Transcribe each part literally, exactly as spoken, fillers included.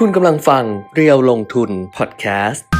คุณกำลังฟังเรียวลงทุนพอดแคสต์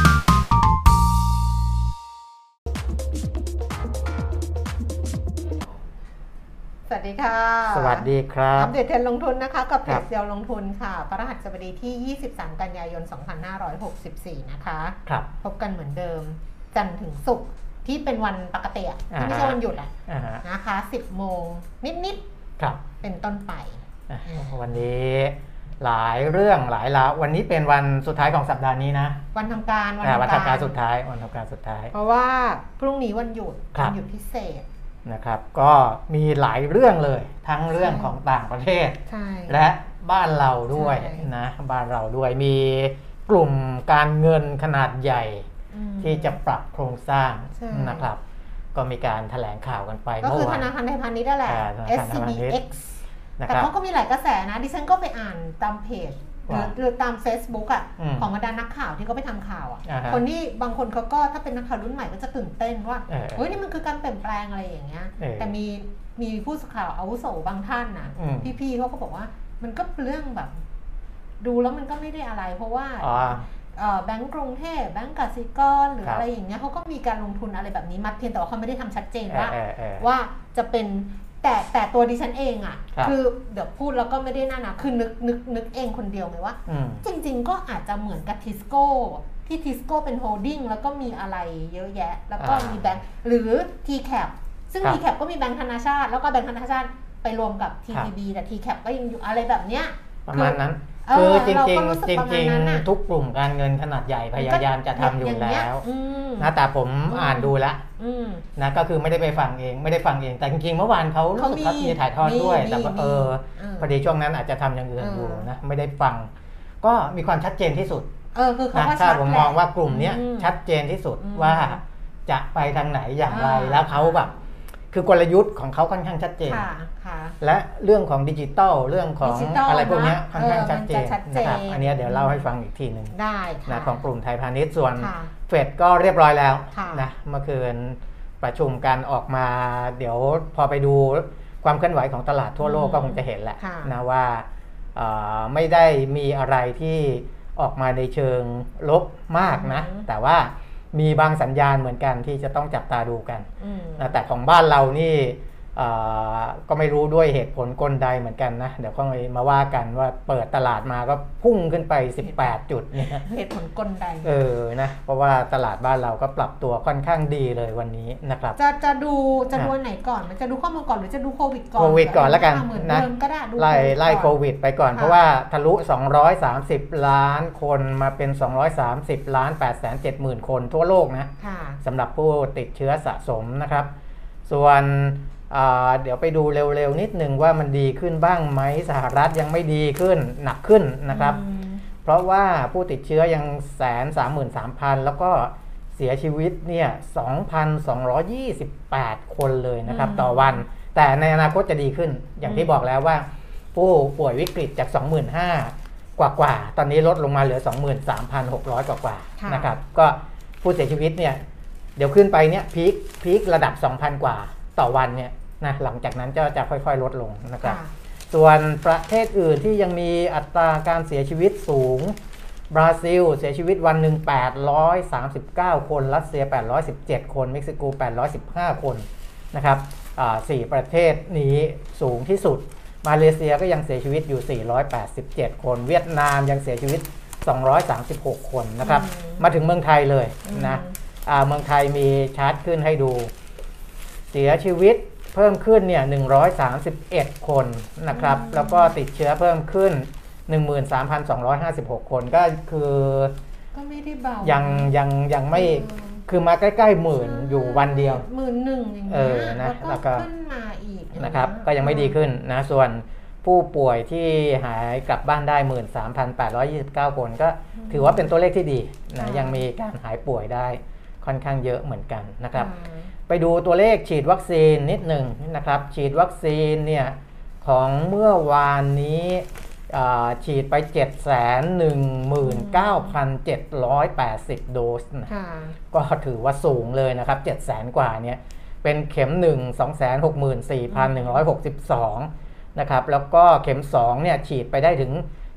สวัสดีค่ะสวัสดีครับอัปเดตเทรนด์ลงทุนนะคะกับเพจเรียวลงทุนค่ะพฤหัสบดีที่ยี่สิบสามกันยายนสองพันห้าร้อยหกสิบสี่นะคะครับพบกันเหมือนเดิมจันทร์ถึงศุกร์ที่เป็นวันปกติที่ไม่ใช่วันหยุดอ่ะนะคะสิบโมงนิดๆเป็นต้นไปวันนี้หลายเรื่องหลายราววันนี้เป็นวันสุดท้ายของสัปดาห์นี้นะวันทำการวันทำการสุดท้ายวันทำการสุดท้ายเพราะว่าพรุ่งนี้วันหยุดวันหยุดพิเศษนะครับก็มีหลายเรื่องเลยทั้งเรื่องของต่างประเทศและบ้านเราด้วยนะบ้านเราด้วยมีกลุ่มการเงินขนาดใหญ่ที่จะปรับโครงสร้างนะครับก็มีการแถลงข่าวกันไปก็คือธนาคารไทยพาณิชย์นั่นแหละ เอส ซี บี เอ็กซ์ แต่เขาก็มีหลายกระแสนะดิฉันก็ไปอ่านตามเพจหรือตาม Facebook อ่ะของบรรดานักข่าวที่เขาไปทำข่าวอ่ะคนที่บางคนเขาก็ถ้าเป็นนักข่าวรุ่นใหม่ก็จะตื่นเต้นว่าเฮ้ยนี่มันคือการเปลี่ยนแปลงอะไรอย่างเงี้ยแต่มีมีผู้สื่อข่าวอาวุโสบางท่านนะพี่ๆเขาก็บอกว่ามันก็เป็นเรื่องแบบดูแล้วมันก็ไม่ได้อะไรเพราะว่าแบงก์กรุงเทพแบงก์กสิกรหรืออะไรอย่างเงี้ยเขาก็มีการลงทุนอะไรแบบนี้มัดเพียงแต่ว่าเขาไม่ได้ทำชัดเจนว่าว่าจะเป็นแต่แต่ตัวดิฉันเองอ่ะคือเดี๋ยวพูดแล้วก็ไม่ได้น่านะคือนึกนึกนึกเองคนเดียวไหมว่าจริงๆก็อาจจะเหมือนกับทิสโก้ที่ทิสโก้เป็นโฮลดิ้งแล้วก็มีอะไรเยอะแยะแล้วก็มีแบงก์หรือ ที แคป ซึ่ง ที แคป ก็มีแบงก์ธนาชาติแล้วก็แบงก์ธนาชาติไปรวมกับ ที ที บี แต่ ที แคป ก็ยังอยู่อะไรแบบเนี้ยประมาณนั้นคือจริงจริงจริงจริงทุกกลุ่มการเงินขนาดใหญ่พยายามจะทำอยู่แล้วนะแต่ผมอ่านดูแล้วนะก็คือไม่ได้ไปฟังเองไม่ได้ฟังเองแต่จริงๆเมื่อวานเขารู้สึกเขามีถ่ายทอดด้วยแต่ว่าเออพอดีช่วงนั้นอาจจะทำอย่างอื่นอยู่นะไม่ได้ฟังก็มีความชัดเจนที่สุดเออคือเขานะถ้าผมมองว่ากลุ่มนี้ชัดเจนที่สุดว่าจะไปทางไหนอย่างไรแล้วเขาแบบคือกลยุทธ์ของเขาค่อนข้างชัดเจนและเรื่องของดิจิตอลเรื่องของอะไรพวกนี้ค่อนข้างชัดเจนนะครับอันนี้เดี๋ยวเล่าให้ฟังอีกทีหนึ่งได้นะของกลุ่มไทยพาณิชย์ส่วนเฟดก็เรียบร้อยแล้วนะเมื่อคืนประชุมกันออกมาเดี๋ยวพอไปดูความเคลื่อนไหวของตลาดทั่วโลกก็คงจะเห็นแหละนะว่าไม่ได้มีอะไรที่ออกมาในเชิงลบมากนะแต่ว่ามีบางสัญญาณเหมือนกันที่จะต้องจับตาดูกันนะแต่ของบ้านเรานี่ก็ไม่รู้ด้วยเหตุผลกลใดเหมือนกันนะเดี๋ยวก็มาว่ากันว่าเปิดตลาดมาก็พุ่งขึ้นไปสิบแปดจุดเนี่ยเหตุผลกลใดเออนะเพราะว่าตลาดบ้านเราก็ปรับตัวค่อนข้างดีเลยวันนี้นะครับจะจะดูจะดูไหนก่อนมันจะดูข้อมูลก่อนหรือจะดูโควิดก่อนโควิดก่อนแล้วกันนะไล่ไล่โควิดไปก่อนเพราะว่าทะลุสองร้อยสามสิบล้านคนมาเป็นสองร้อยสามสิบล้านแปดแสนเจ็ดหมื่นคนทั่วโลกนะสำหรับผู้ติดเชื้อสะสมนะครับส่วนเดี๋ยวไปดูเร็วๆนิดนึงว่ามันดีขึ้นบ้างไหมสหรัฐยังไม่ดีขึ้นหนักขึ้นนะครับเพราะว่าผู้ติดเชื้อยังแสนสามหมื่นสามพันแล้วก็เสียชีวิตเนี่ย สองพันสองร้อยยี่สิบแปด คนเลยนะครับต่อวันแต่ในอนาคตจะดีขึ้นอย่างที่บอกแล้วว่าผู้ป่วยวิกฤตจาก สองหมื่นห้าพัน กว่าๆตอนนี้ลดลงมาเหลือ สองหมื่นสามพันหกร้อย กว่าๆนะครับก็ผู้เสียชีวิตเนี่ยเดี๋ยวขึ้นไปเนี่ยพีคพีคระดับ สองพัน กว่าต่อวันเนี่ยนะหลังจากนั้นจะจะค่อยๆลดลงนะครับส่วนประเทศอื่นที่ยังมีอัตราการเสียชีวิตสูงบราซิลเสียชีวิตวันหนึ่งแปดร้อยสามสิบเก้าคนรัสเซียแปดร้อยสิบเจ็ดคนเม็กซิโกแปดร้อยสิบห้าคนนะครับอ่าสี่ประเทศนี้สูงที่สุดมาเลเซียก็ยังเสียชีวิตอยู่สี่ร้อยแปดสิบเจ็ดคนเวียดนามยังเสียชีวิตสองร้อยสามสิบหกคนนะครับมาถึงเมืองไทยเลยนะอ่าเมืองไทยมีชาร์ตขึ้นให้ดูเสียชีวิตเพิ่มขึ้นเนี่ยหนึ่งร้อยสามสิบเอ็ดคนนะครับแล้วก็ติดเชื้อเพิ่มขึ้น หนึ่งหมื่นสามพันสองร้อยห้าสิบหก คนก็คือก็ไม่ได้เบายังยังยังไม่คือมาใกล้ๆหมื่นอยู่วันเดียวหมื่นหนึ่งอย่างเงี้ยแล้วก็ขึ้นมาอีกนะครับก็ยังไม่ดีขึ้นนะส่วนผู้ป่วยที่หายกลับบ้านได้ หนึ่งหมื่นสามพันแปดร้อยยี่สิบเก้า คนก็ถือว่าเป็นตัวเลขที่ดีนะยังมีการหายป่วยได้ค่อนข้างเยอะเหมือนกันนะครับไปดูตัวเลขฉีดวัคซีนนิดหนึ่งนะครับฉีดวัคซีนเนี่ยของเมื่อวานนี้ฉีดไป เจ็ดแสนหนึ่งหมื่นเก้าพันเจ็ดร้อยแปดสิบ โดสนะก็ถือว่าสูงเลยนะครับ เจ็ดแสน กว่าเนี่ยเป็นเข็มหนึ่ง สองแสนหกหมื่นสี่พันหนึ่งร้อยหกสิบสอง นะครับแล้วก็เข็มสองเนี่ยฉีดไปได้ถึง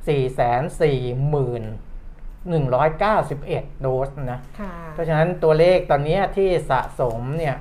สี่แสนสี่หมื่นหนึ่งร้อยเก้าสิบเอ็ด โดสนะเพราะฉะนั้นตัวเลขตอนนี้ที่สะสมเนี่ย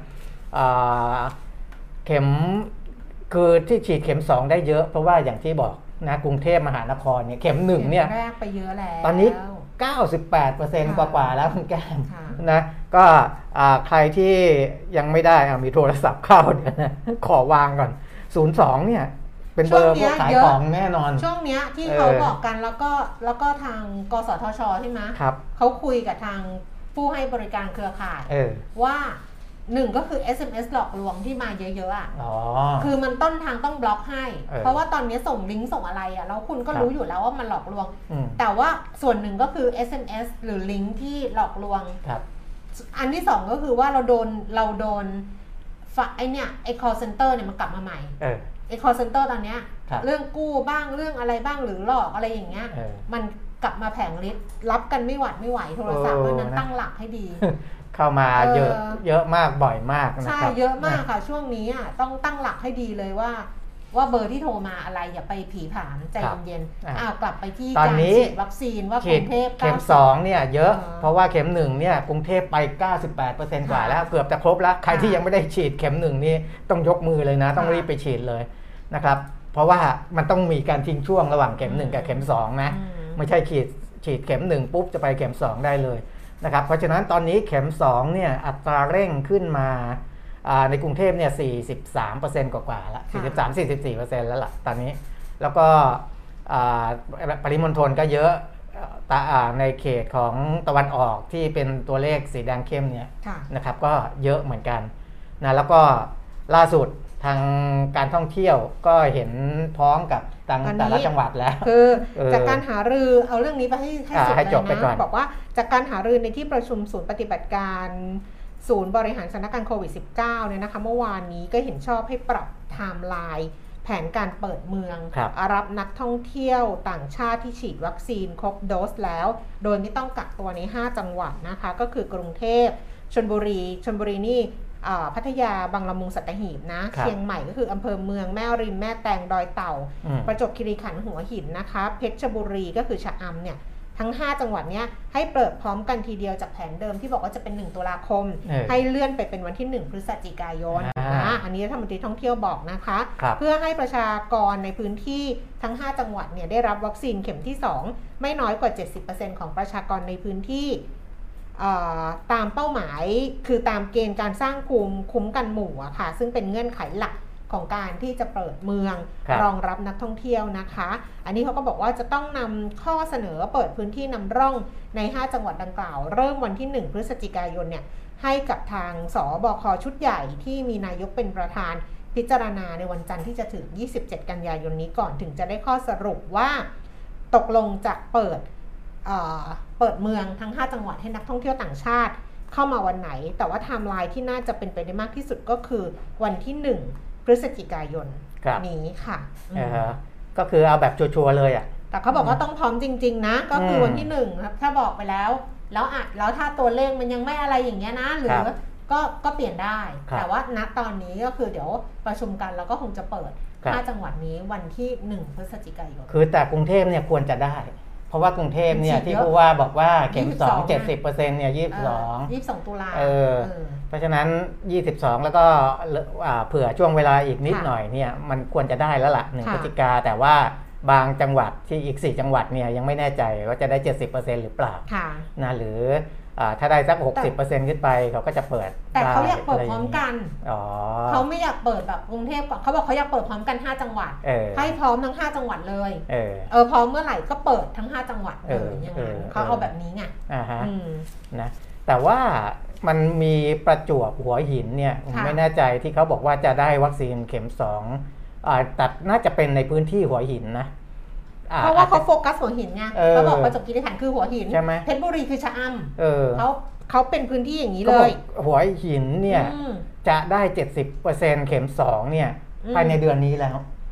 เข็มคือที่ฉีดเข็มสองได้เยอะเพราะว่าอย่างที่บอกนะกรุงเทพมหานครเนี่ยเข็มหนึ่งเนี่ยแรกไปเยอะแล้วตอนนี้ เก้าสิบแปดเปอร์เซ็นต์ กว่าๆแล้วคุณแก้มนะก็ใครที่ยังไม่ได้มีโทรศัพท์เข้าเดี๋ยวนะขอวางก่อนศูนย์สองเนี่ยเป็นเบอร์พวกขายของแน่นอนช่วงนี้ที่เขาบอกกันแล้วก็แล้วก็ทางกสทชใช่ไหมครับเขาคุยกับทางผู้ให้บริการเครือข่ายว่าหนึ่งก็คือ เอส เอ็ม เอส หลอกลวงที่มาเยอะๆอ่ะคือมันต้นทางต้องบล็อกให้เพราะว่าตอนนี้ส่งลิงก์ส่งอะไรอ่ะแล้วคุณก็รู้อยู่แล้วว่ามันหลอกลวงแต่ว่าส่วนหนึ่งก็คือ เอส เอ็ม เอส หรือลิงก์ที่หลอกลวงอันที่สองก็คือว่าเราโดนเราโดนฝั่งไอเนี่ยไอ call center เนี่ยมันกลับมาใหม่ไอ call center ตอนเนี้ยเรื่องกู้บ้างเรื่องอะไรบ้างหรือหลอกอะไรอย่างเงี้ยมันกลับมาแผงฤทธิ์รับกันไม่หวัดไม่ไหวโทรศัพท์เพราะนั้นตั้งหลักให้ดีเข้ามาเยอะเยอะมากบ่อยมากนะครับใช่เยอะมากค่ะช่วงนี้อ่ะต้องตั้งหลักให้ดีเลยว่าว่าเบอร์ที่โทรมาอะไรอย่าไปผีผามใจเย็นๆอ้าวกลับไปที่การฉีดวัคซีนว่ากรุงเทพเข็มสองเนี่ยเยอะเพราะว่าเข็มหนึ่งเนี่ยกรุงเทพไป เก้าสิบแปดเปอร์เซ็นต์ กว่าแล้วเกือบจะครบแล้วใครที่ยังไม่ได้ฉีดเข็มหนึ่งนี่ต้องยกมือเลยนะต้องรีบไปฉีดเลยนะครับเพราะว่ามันต้องมีการทิ้งช่วงระหว่างเข็มหนึ่งกับเข็มสองนะไม่ใช่ฉีดฉีดเข็มหนึ่งปุ๊บจะไปเข็มสองได้เลยนะครับเพราะฉะนั้นตอนนี้เข็มสองเนี่ยอัตราเร่งขึ้นมาในกรุงเทพเนี่ย สี่สิบสามเปอร์เซ็นต์ กว่าๆแล้ว สี่สิบสาม สี่สิบสี่เปอร์เซ็นต์ แล้วล่ะตอนนี้แล้วก็ปริมณฑลก็เยอะในเขตของตะวันออกที่เป็นตัวเลขสีแดงเข้มเนี่ยนะครับก็เยอะเหมือนกันนะแล้วก็ล่าสุดทางการท่องเที่ยวก็เห็นพ้องกับแต่ละจังหวัดแล้วคือจากการหารือเอาเรื่องนี้ไปให้ให้จบเลยนะบอกว่าจากการหารือในที่ประชุมศูนย์ปฏิบัติการศูนย์บริหารสถานการณ์โควิด สิบเก้า เนี่ยนะคะเมื่อวานนี้ก็เห็นชอบให้ปรับไทม์ไลน์แผนการเปิดเมืองรับนักท่องเที่ยวต่างชาติที่ฉีดวัคซีนครบโดสแล้วโดยไม่ต้องกักตัวในห้าจังหวัดนะคะก็คือกรุงเทพชลบุรีชลบุรีนี่พัทยาบางละมุงสัตหีบนะเชียงใหม่ก็คืออำเภอเมืองแม่ริมแม่แตงดอยเต่าประจวบคีรีขันธ์หัวหินนะคะเพชรบุรีก็คือชะอำเนี่ยทั้งห้าจังหวัดเนี้ยให้เปิดพร้อมกันทีเดียวจากแผนเดิมที่บอกว่าจะเป็นหนึ่งตุลาคมให้เลื่อนไปเป็นวันที่หนึ่งพฤศจิกายนนะอันนี้รัฐมนตรีท่องเที่ยวบอกนะคะเพื่อให้ประชากรในพื้นที่ทั้งห้าจังหวัดเนี่ยได้รับวัคซีนเข็มที่สองไม่น้อยกว่า เจ็ดสิบเปอร์เซ็นต์ ของประชากรในพื้นที่ตามเป้าหมายคือตามเกณฑ์การสร้างภูมิคุ้มกันหมู่อะค่ะซึ่งเป็นเงื่อนไขหลักของการที่จะเปิดเมืองรองรับนักท่องเที่ยวนะคะอันนี้เขาก็บอกว่าจะต้องนำข้อเสนอเปิดพื้นที่นำร่องในห้าจังหวัดดังกล่าวเริ่มวันที่หนึ่งพฤศจิกายนเนี่ยให้กับทางสบคชุดใหญ่ที่มีนายกเป็นประธานพิจารณาในวันจันทร์ที่จะถึงยี่สิบเจ็ดกันยายนนี้ก่อนถึงจะได้ข้อสรุปว่าตกลงจะเปิดเอ่อเปิดเมืองทั้งห้าจังหวัดให้นักท่องเที่ยวต่างชาติเข้ามาวันไหนแต่ว่าไทม์ไลน์ที่น่าจะเป็นไปได้มากที่สุดก็คือวันที่หนึ่งพฤศจิกายนนี้ค่ะก็คือเอาแบบชัวร์เลยอ่ะแต่เขาบอกว่าต้องพร้อมจริงๆนะก็คือวันที่หนึ่งครับถ้าบอกไปแล้วแล้วอ่ะแล้วถ้าตัวเลขมันยังไม่อะไรอย่างเงี้ยนะหรือก็ก็เปลี่ยนได้แต่ว่าณตอนนี้ก็คือเดี๋ยวประชุมกันแล้วก็คงจะเปิดห้าจังหวัดนี้วันที่หนึ่งพฤศจิกายนคือแต่กรุงเทพเนี่ยควรจะได้เพราะว่ากรุงเทพเนี่ยที่ผู้ว่าบอกว่าเข็มสอง เจ็ดสิบเปอร์เซ็นต์ เนี่ยยี่สิบสองยี่สิบสองตุลาเออเพราะฉะนั้นยี่สิบสองแล้วก็เผื่อช่วงเวลาอีกนิดหน่อยเนี่ยมันควรจะได้แล้วล่ะหนึ่งพฤศจิกาแต่ว่าบางจังหวัดที่อีกสี่จังหวัดเนี่ยยังไม่แน่ใจว่าจะได้ เจ็ดสิบเปอร์เซ็นต์ หรือเปล่านะหรือถ้าได้สัก หกสิบเปอร์เซ็นต์ ขึ้นไปเขาก็จะเปิดแต่เขาอยากเปิดพร้อมกันเขาไม่อยากเปิดแบบกรุงเทพก่อนเขาบอกเขาอยากเปิดพร้อมกันห้าจังหวัดให้พร้อมทั้งห้าจังหวัดเลยเออเออพร้อมเมื่อไหร่ก็เปิดทั้งห้าจังหวัดเลยอย่างนั้นเขาเอาแบบนี้ไงอ่าฮะนะแต่ว่ามันมีประจวบหัวหินเนี่ยไม่แน่ใจที่เขาบอกว่าจะได้วัคซีนเข็มสองอ่าแต่น่าจะเป็นในพื้นที่หัวหินนะเพราะว่าเขาโฟกัสหัวหินไงเขาบอกประจวบคีรีขันธ์คือหัวหินเพชรบุรีคือชะอำเขาเขาเป็นพื้นที่อย่างนี้เลยหัวหินเนี่ยจะได้ เจ็ดสิบเปอร์เซ็นต์ เข็มสองเนี่ยภายในเดือนนี้แล้ว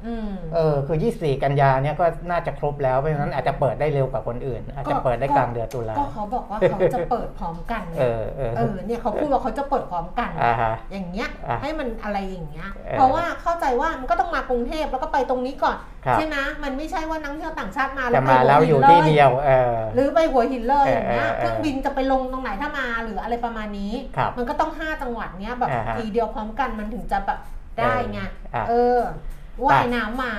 เออคือยี่สิบสี่กันยาเนี่ยก็น่าจะครบแล้วเพราะฉะนั้นอาจจะเปิดได้เร็วกว่าคนอื่นอาจจะเปิดได้กลางเดือนตุลาก็เขาบอกว่าเขาจะเปิดพร้อมกันเออเออเนี่ยเขาพูดว่าเขาจะเปิดพร้อมกันอย่างเงี้ยให้มันอะไรอย่างเงี้ยเพราะว่าเข้าใจว่ามันก็ต้องมากรุงเทพแล้วก็ไปตรงนี้ก่อนใช่ไหมมันไม่ใช่ว่านักท่องเที่ยวต่างชาติมาแล้วไปหัวหินเลยหรือไปหัวหินเลยอย่างเงี้ยเครื่องบินจะไปลงตรงไหนถ้ามาหรืออะไรประมาณนี้มันก็ต้องห้าจังหวัดเนี้ยแบบทีเดียวพร้อมกันมันถึงจะแบบได้ไงเออว่ายน้ำมา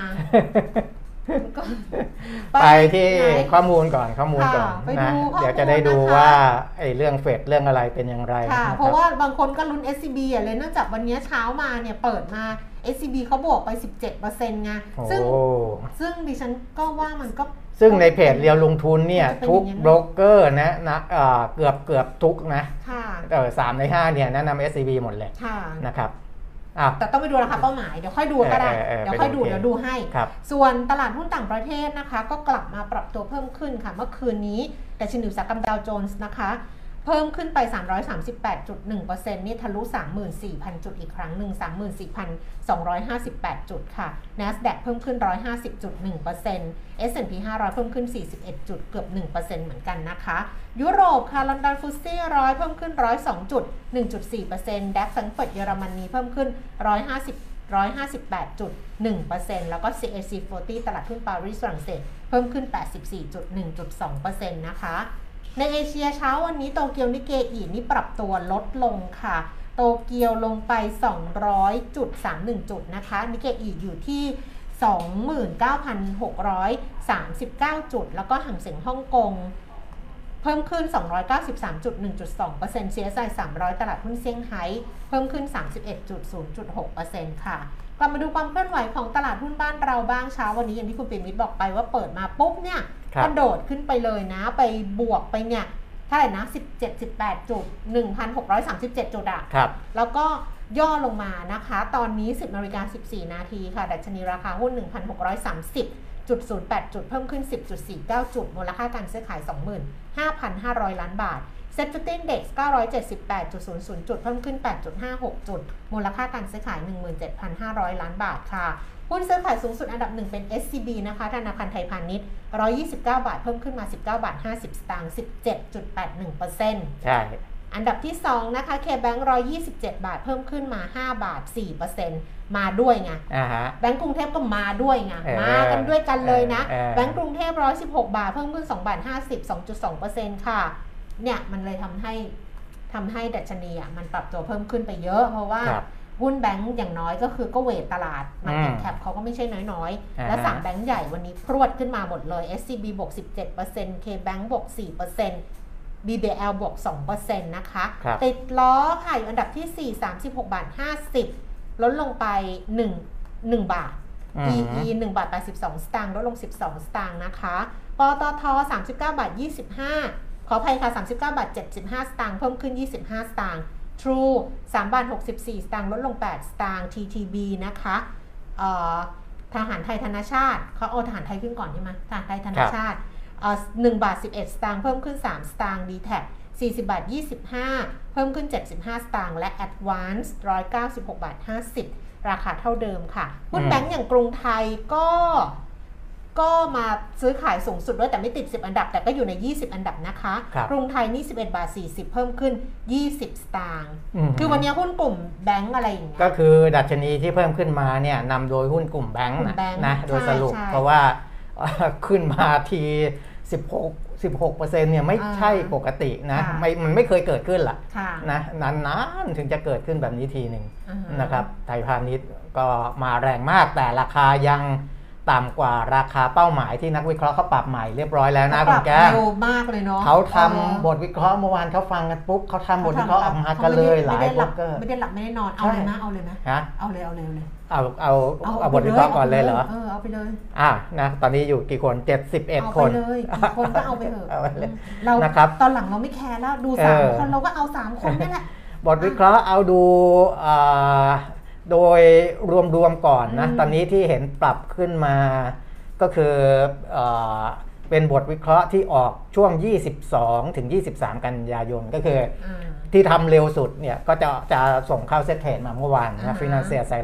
ไปที่ข้อมูลก่อนข้อมูลก่อนนะเดี๋ยวจะได้ดูว่าไอ้เรื่องเฟดเรื่องอะไรเป็นอย่างไรค่ะเพราะว่าบางคนก็ลุ้น เอส ซี บี อ่ะเลยเนื่องจากวันนี้เช้ามาเนี่ยเปิดมา เอส ซี บี เขาบวกไป สิบเจ็ดเปอร์เซ็นต์ ไงซึ่งซึ่งดิฉันก็ว่ามันก็ซึ่งในเพจเรียวลงทุนเนี่ยทุกโบรกเกอร์นะนะเกือบเกือบทุกนะเออสามในห้าเนี่ยแนะนำ เอส ซี บี หมดเลยนะครับแต่ต้องไปดูราคาเป้าหมายเดี๋ยวค่อยดูก็ได้เดี๋ยวค่อยดูเดี๋ยวดูให้ส่วนตลาดหุ้นต่างประเทศนะคะก็กลับมาปรับตัวเพิ่มขึ้นค่ะเมื่อคืนนี้ดัชนีอุตสาหกรรมดาวโจนส์นะคะเพิ่มขึ้นไป สามร้อยสามสิบแปดจุดหนึ่งเปอร์เซ็นต์ นี่ทะลุ สามหมื่นสี่พัน จุดอีกครั้งหนึ่ง สามหมื่นสี่พันสองร้อยห้าสิบแปด จุดค่ะ NASDAQ เพิ่มขึ้น หนึ่งร้อยห้าสิบจุดหนึ่งเปอร์เซ็นต์ เอส แอนด์ พี ห้าร้อยเพิ่มขึ้นสี่สิบเอ็ดจุดเกือบ หนึ่งเปอร์เซ็นต์ เหมือนกันนะคะยุโรปค่ะลอนดอนฟุตซี่ร้อยเพิ่มขึ้น หนึ่งร้อยสองจุดหนึ่งจุดสี่เปอร์เซ็นต์ ดัค แฟรงก์เฟิร์ตเยอรมนีเพิ่มขึ้นหนึ่งร้อยห้าสิบ หนึ่งร้อยห้าสิบแปดจุดหนึ่งเปอร์เซ็นต์ แล้วก็ ซี เอ ซี สี่สิบ ตลาดหุ้นปารีสฝรั่งเศสเพิ่มขึ้น แปดสิบสี่จุดหนึ่งสองเปอร์เซ็นต์ นะคะในเอเชียเช้าวันนี้โตเกียวนิเกอินี่ปรับตัวลดลงค่ะโตเกียวลงไป สองร้อยจุดสามสิบเอ็ด จุดนะคะนิเกอิอยู่ที่ สองหมื่นเก้าพันหกร้อยสามสิบเก้า จุดแล้วก็หังเส็งฮ่องกงเพิ่มขึ้น สองร้อยเก้าสิบสามจุดหนึ่งสองเปอร์เซ็นต์ ซี เอส ไอ สามร้อยตลาดหุ้นเซี่ยงไฮ้เพิ่มขึ้น สามสิบเอ็ดจุดศูนย์หกเปอร์เซ็นต์ ค่ะกลับมาดูความเคลื่อนไหวของตลาดหุ้นบ้านเราบ้างเช้าวันนี้อย่างที่คุณปิ่นมิตรบอกไปว่าเปิดมาปุ๊บเนี่ยกระโดดขึ้นไปเลยนะไปบวกไปเนี่ยเท่าไหร่นะสิบเจ็ด สิบแปดจุด หนึ่งพันหกร้อยสามสิบเจ็ด จุดอ่ะแล้วก็ย่อลงมานะคะตอนนี้ สิบนาฬิกาสิบสี่นาทีค่ะดัชนีราคาหุ้น หนึ่งพันหกร้อยสามสิบจุดศูนย์แปด จุดเพิ่มขึ้น สิบจุดสี่เก้า จุดมูลค่าการซื้อขาย สองหมื่นห้าพันห้าร้อย ล้านบาทเซ็ตฟิฟตี้ Index เก้าร้อยเจ็ดสิบแปดจุดศูนย์ จุดเพิ่มขึ้น แปดจุดห้าหก จุดมูลค่าการซื้อขาย หนึ่งหมื่นเจ็ดพันห้าร้อย ล้านบาทค่ะหุ้นซื้อขายสูงสุดอันดับหนึ่งเป็น เอส ซี บี นะคะธนาคารไทยพาณิชย์หนึ่งร้อยยี่สิบเก้าบาทเพิ่มขึ้นมาสิบเก้าบาทห้าสิบสตางค์ สิบเจ็ดจุดแปดหนึ่งเปอร์เซ็นต์ใช่อันดับที่สองนะคะ K-Bank หนึ่งร้อยยี่สิบเจ็ดบาทเพิ่มขึ้นมาห้าบาท สี่เปอร์เซ็นต์ มาด้วยไงแบงก์กรุงเทพก็มาด้วยไงมากันด้วยกันเลยนะแบงก์กรุงเทพหนึ่งร้อยสิบหกบาทเพิ่มขึ้นสองบาทห้าสิบ สองจุดสองเปอร์เซ็นต์ ค่ะเนี่ยมันเลยทำให้ทำให้ดัชนีอ่ะมันปรับตัวเพิ่มขึ้นไปเยอะเพราะว่าหุ้นแบงก์อย่างน้อยก็คือก็เวทตลาดมาร์เก็ตแคปเขาก็ไม่ใช่น้อยๆและสามแบงก์ใหญ่วันนี้พรวดขึ้นมาหมดเลย เอส ซี บี บวก สิบเจ็ดเปอร์เซ็นต์ K-Bank บวก สี่เปอร์เซ็นต์ บี บี แอล บวก สองเปอร์เซ็นต์ นะคะติดล้อค่ะอยู่อันดับที่สี่ สามสิบหกบาทห้าสิบลดลงไปหนึ่ง หนึ่งบาท อี อี หนึ่งบาทแปดสิบสองสตางค์ลดลงสิบสองสตางค์นะคะปตทสามสิบเก้าบาทยี่สิบห้าขออภัยค่ะสามสิบเก้าบาทเจ็ดสิบห้าสตางค์เพิ่มขึ้นยี่สิบห้าสตางค์ True สามบาทหกสิบสี่สตางค์ลดลงแปดสตางค์ ที ที บี นะคะเอ่อทหารไทยธนชาติเขาเอาทหารไทยขึ้นก่อนใช่ไหมทหารไทยธนชาติเอ่อหนึ่งบาทสิบเอ็ดสตางค์เพิ่มขึ้นสามสตางค์ ดี แท็ก สี่สิบบาทยี่สิบห้าเพิ่มขึ้นเจ็ดสิบห้าสตางค์และ Advance หนึ่งร้อยเก้าสิบหกบาทห้าสิบราคาเท่าเดิมค่ะหุ้นแบงก์อย่างกรุงไทยก็ก็มาซื้อขายสูงสุดด้วยแต่ไม่ติดสิบอันดับแต่ก็อยู่ในยี่สิบอันดับนะคะกรุงไทยนี่สิบเอ็ดบาทสี่สิบเพิ่มขึ้นยี่สิบสตางค์คือวันนี้หุ้นกลุ่มแบงก์อะไรอย่างเงี้ยก็คือดัชนีที่เพิ่มขึ้นมาเนี่ยนำโดยหุ้นกลุ่มแบงก์นะโดยสรุปเพราะว่าขึ้นมาทีสิบหก สิบหกเปอร์เซ็นต์ เนี่ยไม่ใช่ปกตินะไม่มันไม่เคยเกิดขึ้นล่ะนะนานๆถึงจะเกิดขึ้นแบบนี้ทีหนึ่งนะครับไทยพาณิชย์ก็มาแรงมากแต่ราคายังต่ำกว่าราคาเป้าหมายที่นักวิเคราะห์เขาปรับใหม่เรียบร้อยแล้วนะคุณแก้วเร็วมากเลยเนาะเขาทำบทวิเคราะห์เมื่อวานเขาฟังกันปุ๊บเขาทำบทวิเคราะห์ออกมากันเลยหลายโบรกเกอร์ไม่ได้หลับไม่ได้นอนเอาเลยนะเอาเลยไหมเอาเลยเอาเลยเลยเอาเอาเอาบทวิเคราะห์ก่อนเลยเหรอเออเอาไปเลยอ่ะนะตอนนี้อยู่กี่คนเจ็ดสิบเอ็ดคนเอาไปเลยกี่คนก็เอาไปเถอะเราตอนหลังเราไม่แคร์แล้วดูสามคนเราก็เอาสามคนนี่แหละบทวิเคราะห์เอาดูโดยรวมๆก่อนนะตอนนี้ที่เห็นปรับขึ้นมาก็คือเอ่อเป็นบทวิเคราะห์ที่ออกช่วงยี่สิบสองถึงยี่สิบสามกันยายนก็คือที่ทำเร็วสุดเนี่ยก็จะจะส่งเข้าเซ็ตเทรดมาเมื่อวานนะ Financial Cyrus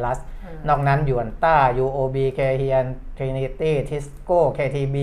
นอกนั้นหยวนต้า ยู โอ บี เค เฮียน Trinity Tisco เค ที บี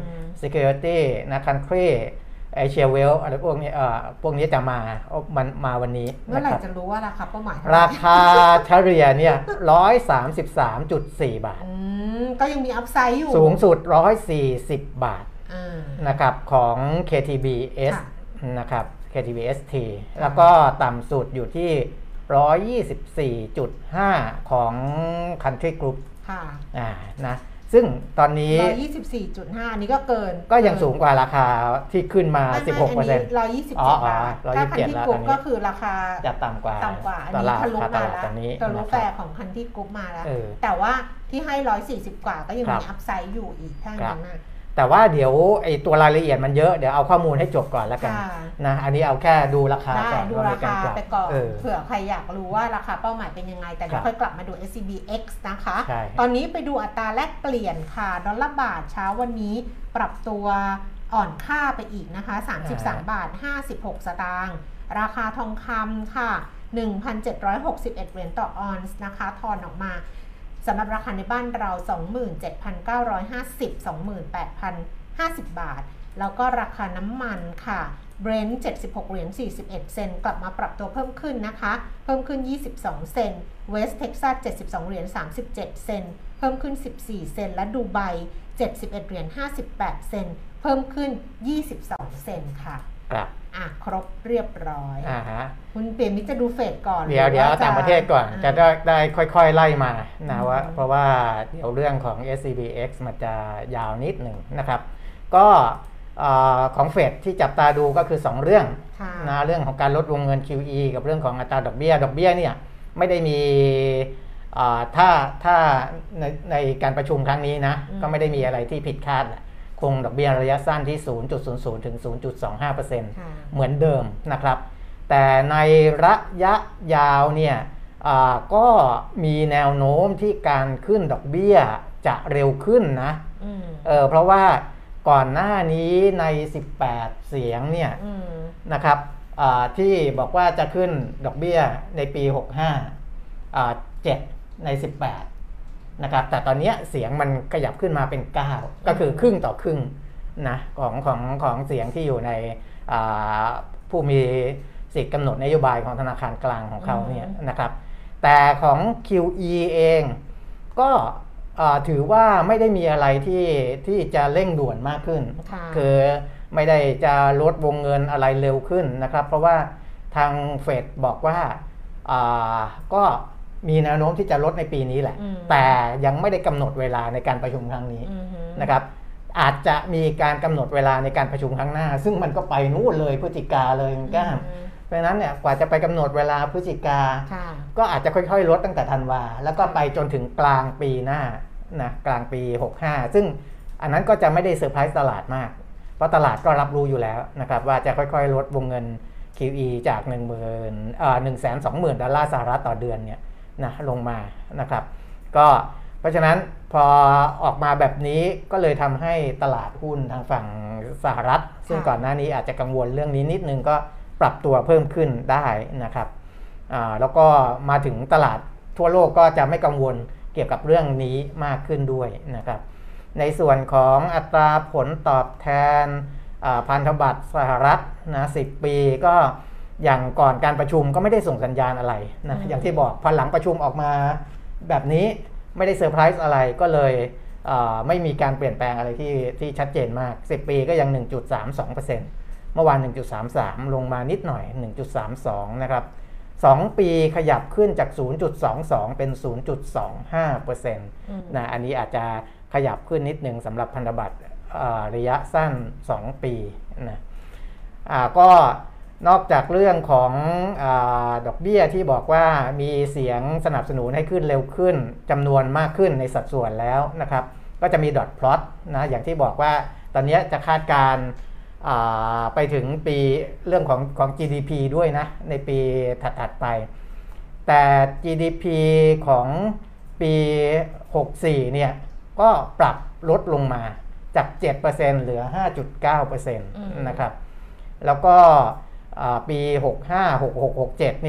Security นะ Country ไอเชียเวลอะไรพวกนี้เอ่อพวกนี้จะมามันมาวันนี้เมื่อไหร่จะรู้ว่าราคาเป้าหมายราคาเฉลี่ยเนี่ย หนึ่งร้อยสามสิบสามจุดสี่ บาทก็ยังมีอัพไซด์อยู่สูงสุดหนึ่งร้อยสี่สิบบาทนะครับของ เค ที บี เอส นะครับ เค ที บี เอส ที แล้วก็ต่ำสุดอยู่ที่ หนึ่งร้อยยี่สิบสี่จุดห้า ของ Country Group ค่ะอ่านะซึ่งตอนนี้หนึ่งร้อยยี่สิบสี่จุดห้า อันนี้ก็เกินก็ยังสูงกว่าราคาที่ขึ้นมา สิบหกเปอร์เซ็นต์หนึ่งร้อยยี่สิบเจ็ดบาทถ้า Country Group ก็คือราคาจะต่ำกว่าต่ำกว่าอันนี้ทะลุมาแล้วทะลุแฟร์ของ Country Group มาแล้วแต่ว่าที่ให้หนึ่งร้อยสี่สิบกว่าก็ยังมีอัพไซด์อยู่อีกถ้าอย่างนั้นแต่ว่าเดี๋ยวไอ้ตัวรายละเอียดมันเยอะเดี๋ยวเอาข้อมูลให้จบก่อนแล้วกันนะอันนี้เอาแค่ดูราคาก่อนดูราคาไปก่อนเผื่อใครอยากรู้ว่าราคาเป้าหมายเป็นยังไงแต่เดี๋ยวค่อยกลับมาดู เอส ซี บี เอ็กซ์ นะคะตอนนี้ไปดูอัตราแลกเปลี่ยนค่ะดอลลาร์บาทเช้าวันนี้ปรับตัวอ่อนค่าไปอีกนะคะสามสิบสามบาทห้าสิบหกสตางค์ราคาทองคำค่ะ หนึ่งพันเจ็ดร้อยหกสิบเอ็ด เหรียญต่อออนซ์นะคะทอนออกมาสำหรับราคาในบ้านเรา สองหมื่นเจ็ดพันเก้าร้อยห้าสิบ สองหมื่นแปดพันห้าสิบบาทแล้วก็ราคาน้ำมันค่ะ Brent เจ็ดสิบหกเหรียญสี่สิบเอ็ดเซนต์กลับมาปรับตัวเพิ่มขึ้นนะคะเพิ่มขึ้นยี่สิบสองเซนต์ West Texas เจ็ดสิบสองเหรียญสามสิบเจ็ดเซนต์เพิ่มขึ้นสิบสี่เซนต์และดูไบเจ็ดสิบเอ็ดเหรียญห้าสิบแปดเซนต์เพิ่มขึ้นยี่สิบสองเซนต์ค่ะครับอ่ะครบเรียบร้อยอ่าฮะคุณเปลี่ยนมิจะดูเฟดก่อนเดี๋ยวเดี๋ยวต่างประเทศก่อนจะได้ได้ค่อยๆไล่มานะว่าเพราะว่าเดี๋ยวเรื่องของ เอส ซี บี เอ็กซ์ มันจะยาวนิดหนึ่งนะครับก็ของเฟดที่จับตาดูก็คือสองเรื่องนะเรื่องของการลดวงเงิน คิว อี กับเรื่องของอัตราดอกเบี้ยดอกเบี้ยเนี่ยไม่ได้มีถ้าถ้าในในการประชุมครั้งนี้นะก็ไม่ได้มีอะไรที่ผิดคาดคงดอกเบี้ยระยะสั้นที่ ศูนย์จุดศูนย์ศูนย์ ถึง ศูนย์จุดสองห้าเปอร์เซ็นต์ เหมือนเดิมนะครับแต่ในระยะยาวเนี่ยก็มีแนวโน้มที่การขึ้นดอกเบี้ยจะเร็วขึ้นนะเออเพราะว่าก่อนหน้านี้ในสิบแปดเสียงเนี่ยนะครับที่บอกว่าจะขึ้นดอกเบี้ยในปีหกสิบห้าอ่าเจ็ดในสิบแปดนะครับแต่ตอนนี้เสียงมันขยับขึ้นมาเป็นเก้าก็คือครึ่งต่อครึ่งนะของของของเสียงที่อยู่ในผู้มีสิทธิกำหนดนโยบายของธนาคารกลางของเขาเนี่ยนะครับแต่ของ คิว อี เองก็ถือว่าไม่ได้มีอะไรที่ที่จะเร่งด่วนมากขึ้นคือไม่ได้จะลดวงเงินอะไรเร็วขึ้นนะครับเพราะว่าทางเฟดบอกว่าก็มีแนวโน้มที่จะลดในปีนี้แหละแต่ยังไม่ได้กำหนดเวลาในการประชุมครั้งนี้นะครับอาจจะมีการกำหนดเวลาในการประชุมครั้งหน้าซึ่งมันก็ไปนู่นเลยพฤศจิกาเลยก้ามเพราะฉะนั้นเนี่ยกว่าจะไปกำหนดเวลาพฤศจิกาก็อาจจะค่อยๆลดตั้งแต่ธันวาแล้วก็ไปจนถึงกลางปีหน้านะกลางปีหกสิบห้าซึ่งอันนั้นก็จะไม่ได้เซอร์ไพรส์ตลาดมากเพราะตลาดก็รับรู้อยู่แล้วนะครับว่าจะค่อยๆลดวงเงิน คิว อี จาก หนึ่งหมื่น เอ่อ หนึ่งแสนสองหมื่น ดอลลาร์สหรัฐต่อเดือนเนี่ยนะลงมานะครับก็เพราะฉะนั้นพอออกมาแบบนี้ก็เลยทำให้ตลาดหุ้นทางฝั่งสหรัฐซึ่งก่อนหน้านี้อาจจะกังวลเรื่องนี้นิดนึงก็ปรับตัวเพิ่มขึ้นได้นะครับอ่าแล้วก็มาถึงตลาดทั่วโลกก็จะไม่กังวลเกี่ยวกับเรื่องนี้มากขึ้นด้วยนะครับในส่วนของอัตราผลตอบแทนพันธบัตรสหรัฐนะสิบปีก็อย่างก่อนการประชุมก็ไม่ได้ส่งสัญญาณอะไรนะอย่างที่บอกพอหลังประชุมออกมาแบบนี้ไม่ได้เซอร์ไพรส์อะไรก็เลยไม่มีการเปลี่ยนแปลงอะไรที่ที่ชัดเจนมากสิบปีก็ยัง หนึ่งจุดสามสองเปอร์เซ็นต์ เมื่อวาน หนึ่งจุดสามสาม ลงมานิดหน่อย หนึ่งจุดสามสอง นะครับสองปีขยับขึ้นจาก ศูนย์จุดสองสอง เป็น ศูนย์จุดสองห้าเปอร์เซ็นต์ นะอันนี้อาจจะขยับขึ้นนิดนึงสำหรับพันธบัตรระยะสั้นสองปีนะก็นอกจากเรื่องของอาดอกเบี้ยที่บอกว่ามีเสียงสนับสนุนให้ขึ้นเร็วขึ้นจำนวนมากขึ้นในสัดส่วนแล้วนะครับก็จะมีดอทพลอตนะอย่างที่บอกว่าตอนนี้จะคาดการณ์ไปถึงปีเรื่องของของ จี ดี พี ด้วยนะในปีถัดๆไปแต่ จี ดี พี ของปีหกสิบสี่เนี่ยก็ปรับลดลงมาจาก เจ็ดเปอร์เซ็นต์ เหลือ ห้าจุดเก้าเปอร์เซ็นต์ นะครับแล้วก็ปีหกสิบห้า หกสิบหก หกสิบเจ็ดเนี่ย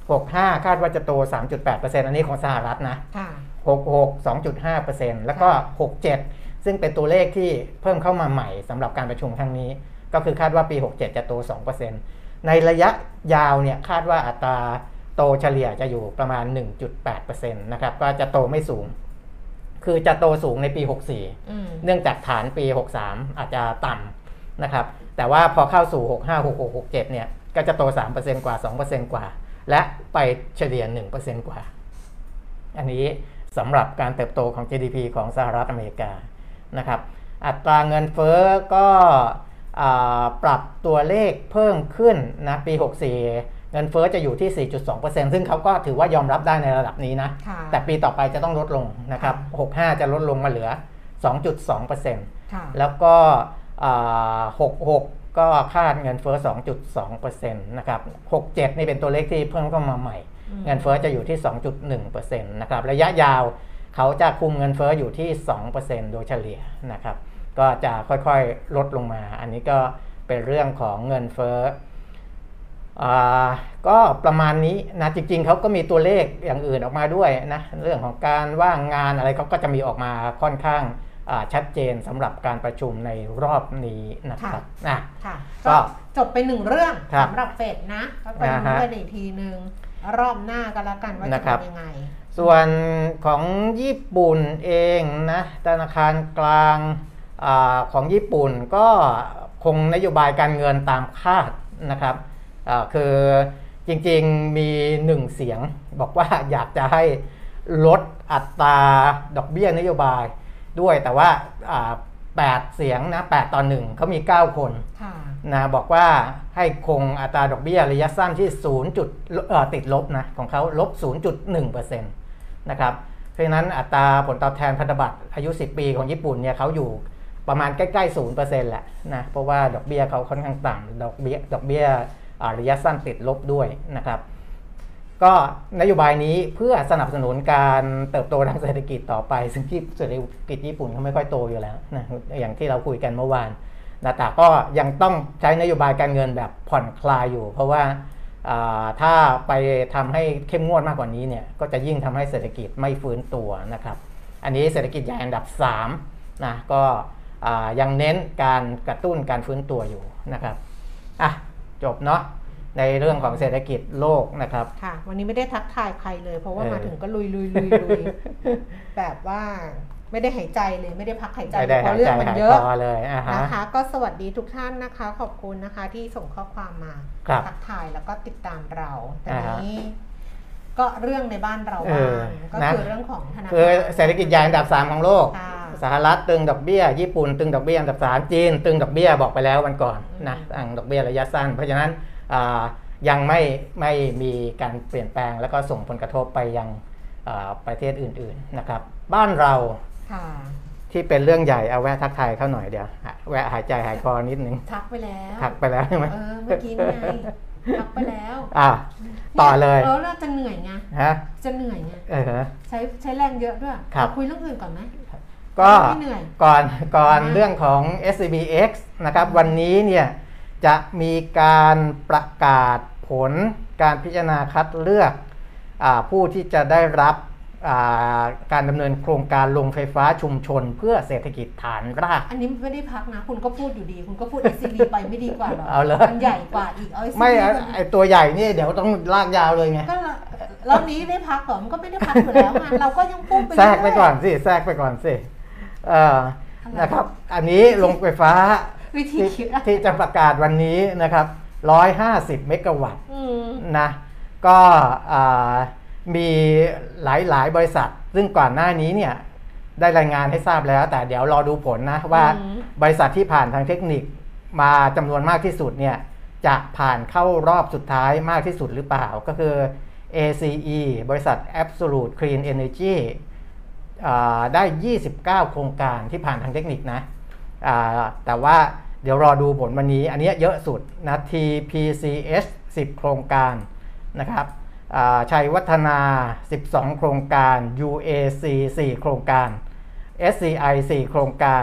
หกสิบห้าคาดว่าจะโต สามจุดแปดเปอร์เซ็นต์ อันนี้ของสหรัฐนะหกสิบหก สองจุดห้าเปอร์เซ็นต์ แล้วก็หกสิบเจ็ดซึ่งเป็นตัวเลขที่เพิ่มเข้ามาใหม่สำหรับการประชุมครั้งนี้ก็คือคาดว่าปีหกสิบเจ็ดจะโต สองเปอร์เซ็นต์ ในระยะยาวเนี่ยคาดว่าอัตราโตเฉลี่ยจะอยู่ประมาณ หนึ่งจุดแปดเปอร์เซ็นต์ นะครับก็จะโตไม่สูงคือจะโตสูงในปีหกสิบสี่เนื่องจากฐานปีหกสิบสามอาจจะต่ำนะครับแต่ว่าพอเข้าสู่หกสิบห้า หกสิบหก หกสิบเจ็ดเนี่ยก็จะโต สามเปอร์เซ็นต์ กว่า สองเปอร์เซ็นต์ กว่าและไปเฉลี่ย หนึ่งเปอร์เซ็นต์ กว่าอันนี้สำหรับการเติบโตของ จี ดี พี ของสหรัฐอเมริกานะครับอัตราเงินเฟ้อก็ปรับตัวเลขเพิ่มขึ้นนะปีหกสิบสี่เงินเฟ้อจะอยู่ที่ สี่จุดสองเปอร์เซ็นต์ ซึ่งเขาก็ถือว่ายอมรับได้ในระดับนี้นะแต่ปีต่อไปจะต้องลดลงนะครับหกสิบห้าจะลดลงมาเหลือ สองจุดสองเปอร์เซ็นต์ แล้วก็หกสิบหกก็คาดเงินเฟ้อ สองจุดสองเปอร์เซ็นต์ นะครับหกสิบเจ็ดนี่เป็นตัวเลขที่เพิ่มเข้ามาใหม่เงินเฟ้อจะอยู่ที่ สองจุดหนึ่งเปอร์เซ็นต์ นะครับระยะยาวเขาจะคุมเงินเฟ้ออยู่ที่ สองเปอร์เซ็นต์ โดยเฉลี่ยนะครับก็จะค่อยๆลดลงมาอันนี้ก็เป็นเรื่องของเงินเฟ้ออ่าก็ประมาณนี้นะจริงๆเขาก็มีตัวเลขอย่างอื่นออกมาด้วยนะเรื่องของการว่างงานอะไรเขาก็จะมีออกมาค่อนข้างชัดเจนสำหรับการประชุมในรอบนี้นะครับนะก็จบไปหนึ่งเรื่องสำหรับเฟดนะก็ไปดูกันอีกทีนึงรอบหน้ากันแล้วกันว่าจะเป็นยังไงส่วนของญี่ปุ่นเองนะธนาคารกลางอาของญี่ปุ่นก็คงนโยบายการเงินตามคาดนะครับคือจริงๆมีหนึ่งเสียงบอกว่าอยากจะให้ลดอัตราดอกเบี้ยนโยบายด้วยแต่ว่าแปดเสียงนะแปดต่อหนึ่งเขามีเก้าคนนะบอกว่าให้คงอัตราดอกเบี้ยระยะสั้นที่ศูนย์จุดติดลบนะของเขาลบ ศูนย์จุดหนึ่งเปอร์เซ็นต์ นะครับเพราะฉะนั้นอัตราผลตอบแทนพันธบัตรอายุสิบปีของญี่ปุ่นเนี่ยเขาอยู่ประมาณใกล้ๆ ศูนย์เปอร์เซ็นต์ แหละนะเพราะว่าดอกเบี้ยเขาค่อนข้างต่ำดอกเบี้ยดอกเบี้ยระยะสั้นติดลบด้วยนะครับก็นโยบายนี้เพื่อสนับสนุนการเติบโตทางเศรษฐกิจต่อไปซึ่งที่เศรษฐกิจญี่ปุ่นเขาไม่ค่อยโตอยู่แล้วนะอย่างที่เราคุยกันเมื่อวานแต่ก็ยังต้องใช้นโยบายการเงินแบบผ่อนคลายอยู่เพราะว่าถ้าไปทำให้เข้มงวดมากกว่านี้เนี่ยก็จะยิ่งทำให้เศรษฐกิจไม่ฟื้นตัวนะครับอันนี้เศรษฐกิจใหญ่อันดับสามนะก็ยังเน้นการกระตุ้นการฟื้นตัวอยู่นะครับอ่ะจบเนาะในเรื่องของเศรษฐกิจโลกนะครับค่ะวันนี้ไม่ได้ทักทายใครเลยเพราะว่ามาถึงก็ลุยลุยลุยลุยแบบว่าไม่ได้หายใจเลยไม่ได้พักหายใจเพราะเรื่องมันเยอะนะคะก็สวัสดีทุกท่านนะคะขอบคุณนะคะที่ส่งข้อความมาทักทายแล้วก็ติดตามเราแต่นี้ก็เรื่องในบ้านเราบ้างก็คือเรื่องของธนาคารคือเศรษฐกิจใหญ่อันดับสามของโลกสหรัฐตึงดอกเบี้ยญี่ปุ่นตึงดอกเบี้ยอันดับสามจีนตึงดอกเบี้ยบอกไปแล้ววันก่อนนะตั้งดอกเบี้ยระยะสั้นเพราะฉะนั้นยังไม่ไม่มีการเปลี่ยนแปลงแล้วก็ส่งผลกระทบไปยังประเทศอื่นๆนะครับบ้านเราที่เป็นเรื่องใหญ่เอาแวะทักทายเข้าหน่อยเดี๋ยวแวะหายใจหายคอนิดนึงทักไปแล้วทักไปแล้วใช่ไหมเออเมื่อกี้ไงทักไปแล้วอ่าต่อเลยเออเราจะเหนื่อยไงฮะจะเหนื่อยไงเออใช้ใช้แรงเยอะด้วยคุยเรื่องอื่นก่อนไหมก็ก่อนก่อนเรื่องของ เอส ซี บี เอ็กซ์ นะครับวันนี้เนี่ยจะมีการประกาศผลการพิจารณาคัดเลือกผู้ที่จะได้รับการดำเนินโครงการโรงไฟฟ้าชุมชนเพื่อเศรษฐกิจฐานรากอันนี้ไม่ได้พักนะคุณก็พูดอยู่ดีคุณก็พูด เอส ซี บี ไปไม่ดีกว่าหรอเอาเลยมันใหญ่กว่าอีกเอาไม่ไอตัวใหญ่นี่เดี๋ยวต้องลากยาวเลยไงก็รอบนี้ได้พักก่อนมันก็ไม่ได้พักอยู่แล้วไงเราก็ยังพูดไปแทรกไปก่อนสิแทรกไปก่อนสิเออนะครับอันนี้โรงไฟฟ้าที่จะประกาศวันนี้นะครับหนึ่งร้อยห้าสิบเมกะวัตต์นะก็มีหลายๆบริษัทซึ่งก่อนหน้านี้เนี่ยได้รายงานให้ทราบแล้วแต่เดี๋ยวรอดูผลนะว่าบริษัทที่ผ่านทางเทคนิคมาจำนวนมากที่สุดเนี่ยจะผ่านเข้ารอบสุดท้ายมากที่สุดหรือเปล่าก็คือ เอ ซี อี บริษัท Absolute Clean Energy ได้ยี่สิบเก้าโครงการที่ผ่านทางเทคนิคนะแต่ว่าเดี๋ยวรอดูผลวันนี้อันนี้เยอะสุดนะ ที พี ซี เอช สิบโครงการนะครับชัยวัฒนาสิบสองโครงการ ยู เอ ซี สี่โครงการ เอส ซี ไอ สี่โครงการ